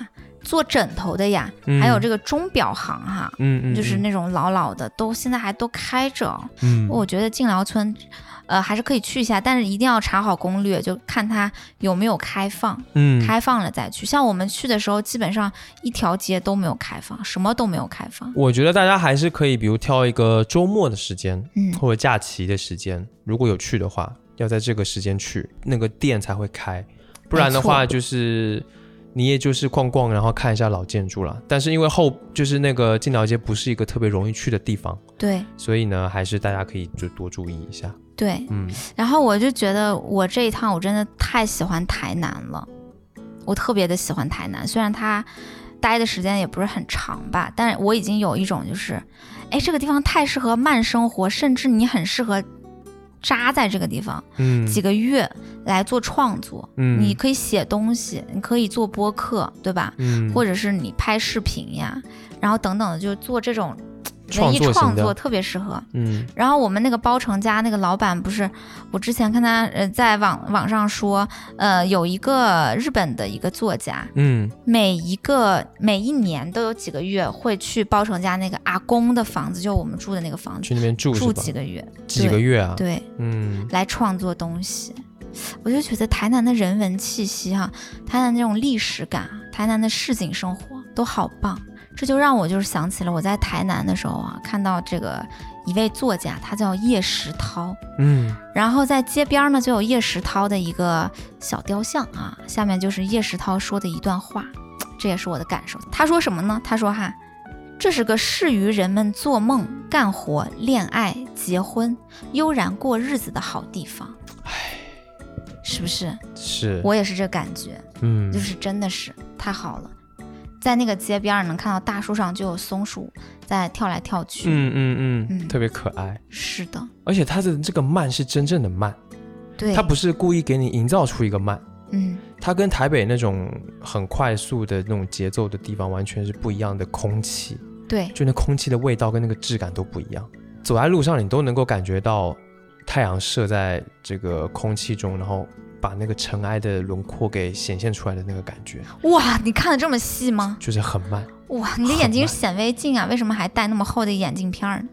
做枕头的呀， 嗯、 还有这个钟表行哈， 嗯嗯， 就是那种老老的，都现在还都开着。 嗯， 我觉得晋辽村，呃，还是可以去一下，但是一定要查好攻略，就看它有没有开放。 嗯， 开放了再去。像我们去的时候，基本上一条街都没有开放，什么都没有开放。 我觉得大家还是可以，比如挑一个周末的时间， 嗯， 或者假期的时间，如果有去的话，要在这个时间去，那个店才会开。不然的话，就是你也就是逛逛，然后看一下老建筑了。但是因为后就是那个晋辽街不是一个特别容易去的地方， 对， 所以呢，还是大家可以就多注意一下。 对， 嗯。 然后我就觉得我这一趟我真的太喜欢台南了，我特别的喜欢台南，虽然它待的时间也不是很长吧，但是我已经有一种就是，哎，这个地方太适合慢生活，甚至你很适合扎在这个地方， 嗯， 几个月来做创作， 嗯， 你可以写东西，你可以做播客，对吧？ 嗯， 或者是你拍视频呀，然后等等的，就做这种文艺创作特别适合。 嗯， 然后我们那个包成家那个老板不是，我之前看他呃在网网上说，呃有一个日本的一个作家， 嗯， 每一个每一年都有几个月会去包成家那个阿公的房子，就我们住的那个房子， 去那边住住几个月， 几个月啊？ 对， 嗯， 来创作东西。我就觉得台南的人文气息哈、啊，台南那种历史感，台南的市井生活都好棒。这就让我就是想起了我在台南的时候啊，看到这个一位作家，他叫叶石涛， 嗯，然后在街边呢就有叶石涛的一个小雕像啊，下面就是叶石涛说的一段话，这也是我的感受。他说什么呢？他说哈，这是个适于人们做梦、干活、恋爱、结婚、悠然过日子的好地方。 唉， 是不是？ 是， 我也是这感觉， 嗯， 就是真的是太好了。在那个街边能看到大树上就有松鼠在跳来跳去， 嗯嗯 嗯, 嗯，特别可爱。 是的， 而且它的这个慢是真正的慢， 对， 它不是故意给你营造出一个慢， 嗯， 它跟台北那种很快速的那种节奏的地方完全是不一样的空气， 对， 就那空气的味道跟那个质感都不一样。走在路上你都能够感觉到太阳射在这个空气中，然后把那个尘埃的轮廓给显现出来的那个感觉。 哇，你看得这么细吗？ 就是很慢。 哇，你的眼睛是显微镜啊，为什么还戴那么厚的眼镜片呢？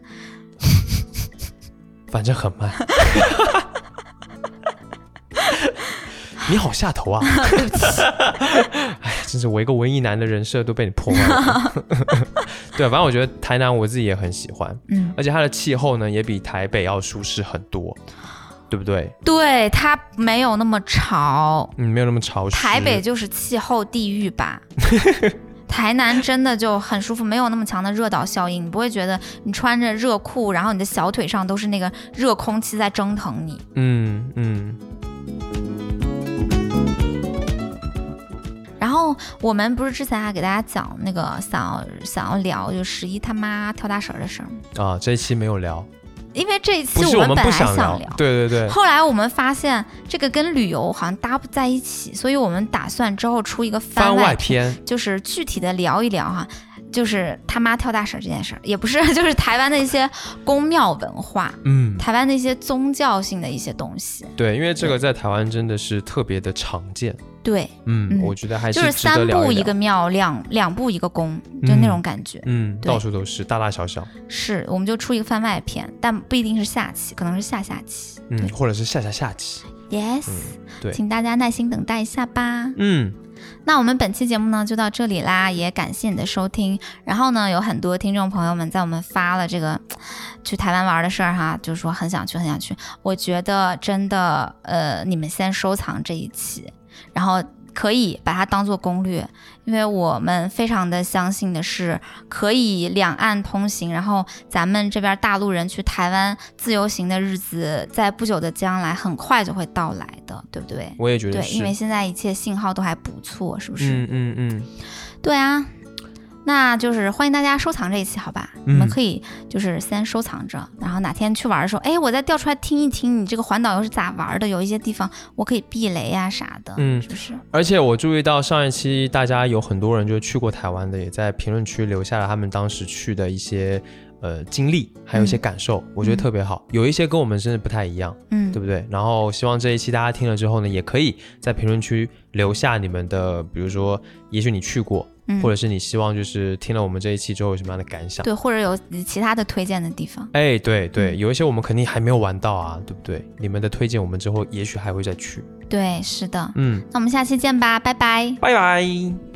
反正很慢。你好下头啊！ 对不起， 哎，真是我一个文艺男的人设都被你破坏了。对，反正我觉得台南我自己也很喜欢，嗯，而且它的气候呢也比台北要舒适很多。对不对？ 对，它没有那么潮， 嗯，没有那么潮湿。 台北就是气候地狱吧。台南真的就很舒服，没有那么强的热岛效应，你不会觉得你穿着热裤，然后你的小腿上都是那个热空气在蒸腾你。 嗯嗯。 然后我们不是之前还给大家讲那个想要想要聊就十一他妈跳大神的事儿啊，这一期没有聊。 因为这一期我们本来想聊，聊对对对。 后来我们发现这个跟旅游好像搭不在一起，所以我们打算之后出一个番外篇， 番外就是具体的聊一聊哈，就是他妈跳大神这件事儿，也不是，就是台湾的一些宫庙文化，嗯，台湾的一些宗教性的一些东西。 对，因为这个在台湾真的是特别的常见。 对， 嗯，嗯我觉得还是就是三步一个庙，两两步一个宫，就那种感觉。 嗯，到处都是，大大小小。 是，我们就出一个番外篇，但不一定是下期，可能是下下期， 嗯，或者是下下下期。 Yes，、嗯、 对， 请大家耐心等待一下吧。 嗯。 那我们本期节目呢就到这里啦，也感谢你的收听。然后呢，有很多听众朋友们在我们发了这个去台湾玩的事儿哈，就是说很想去，很想去。我觉得真的，呃，你们先收藏这一期，然后可以把它当做攻略，因为我们非常的相信的是，可以两岸通行，然后咱们这边大陆人去台湾自由行的日子，在不久的将来很快就会到来的，对不对？ 我也觉得是， 对，因为现在一切信号都还不错，是不是？ 嗯嗯嗯， 对啊。那就是欢迎大家收藏这一期，好吧？ 嗯、 你们可以就是先收藏着，然后哪天去玩的时候，哎，我再调出来听一听，你这个环岛游是咋玩的？有一些地方我可以避雷呀、啊、啥的，嗯，是不是？ 而且我注意到上一期大家有很多人就去过台湾的，也在评论区留下了他们当时去的一些呃经历，还有一些感受，嗯、我觉得特别好。有一些跟我们真的不太一样，嗯，对不对？然后希望这一期大家听了之后呢，也可以在评论区留下你们的，比如说，也许你去过。嗯、或者是你希望就是听了我们这一期之后有什么样的感想？ 对，或者有其他的推荐的地方。 哎，对对、嗯，有一些我们肯定还没有玩到啊，对不对？你们的推荐我们之后也许还会再去。 对，是的。嗯，那我们下期见吧，拜拜。 拜拜。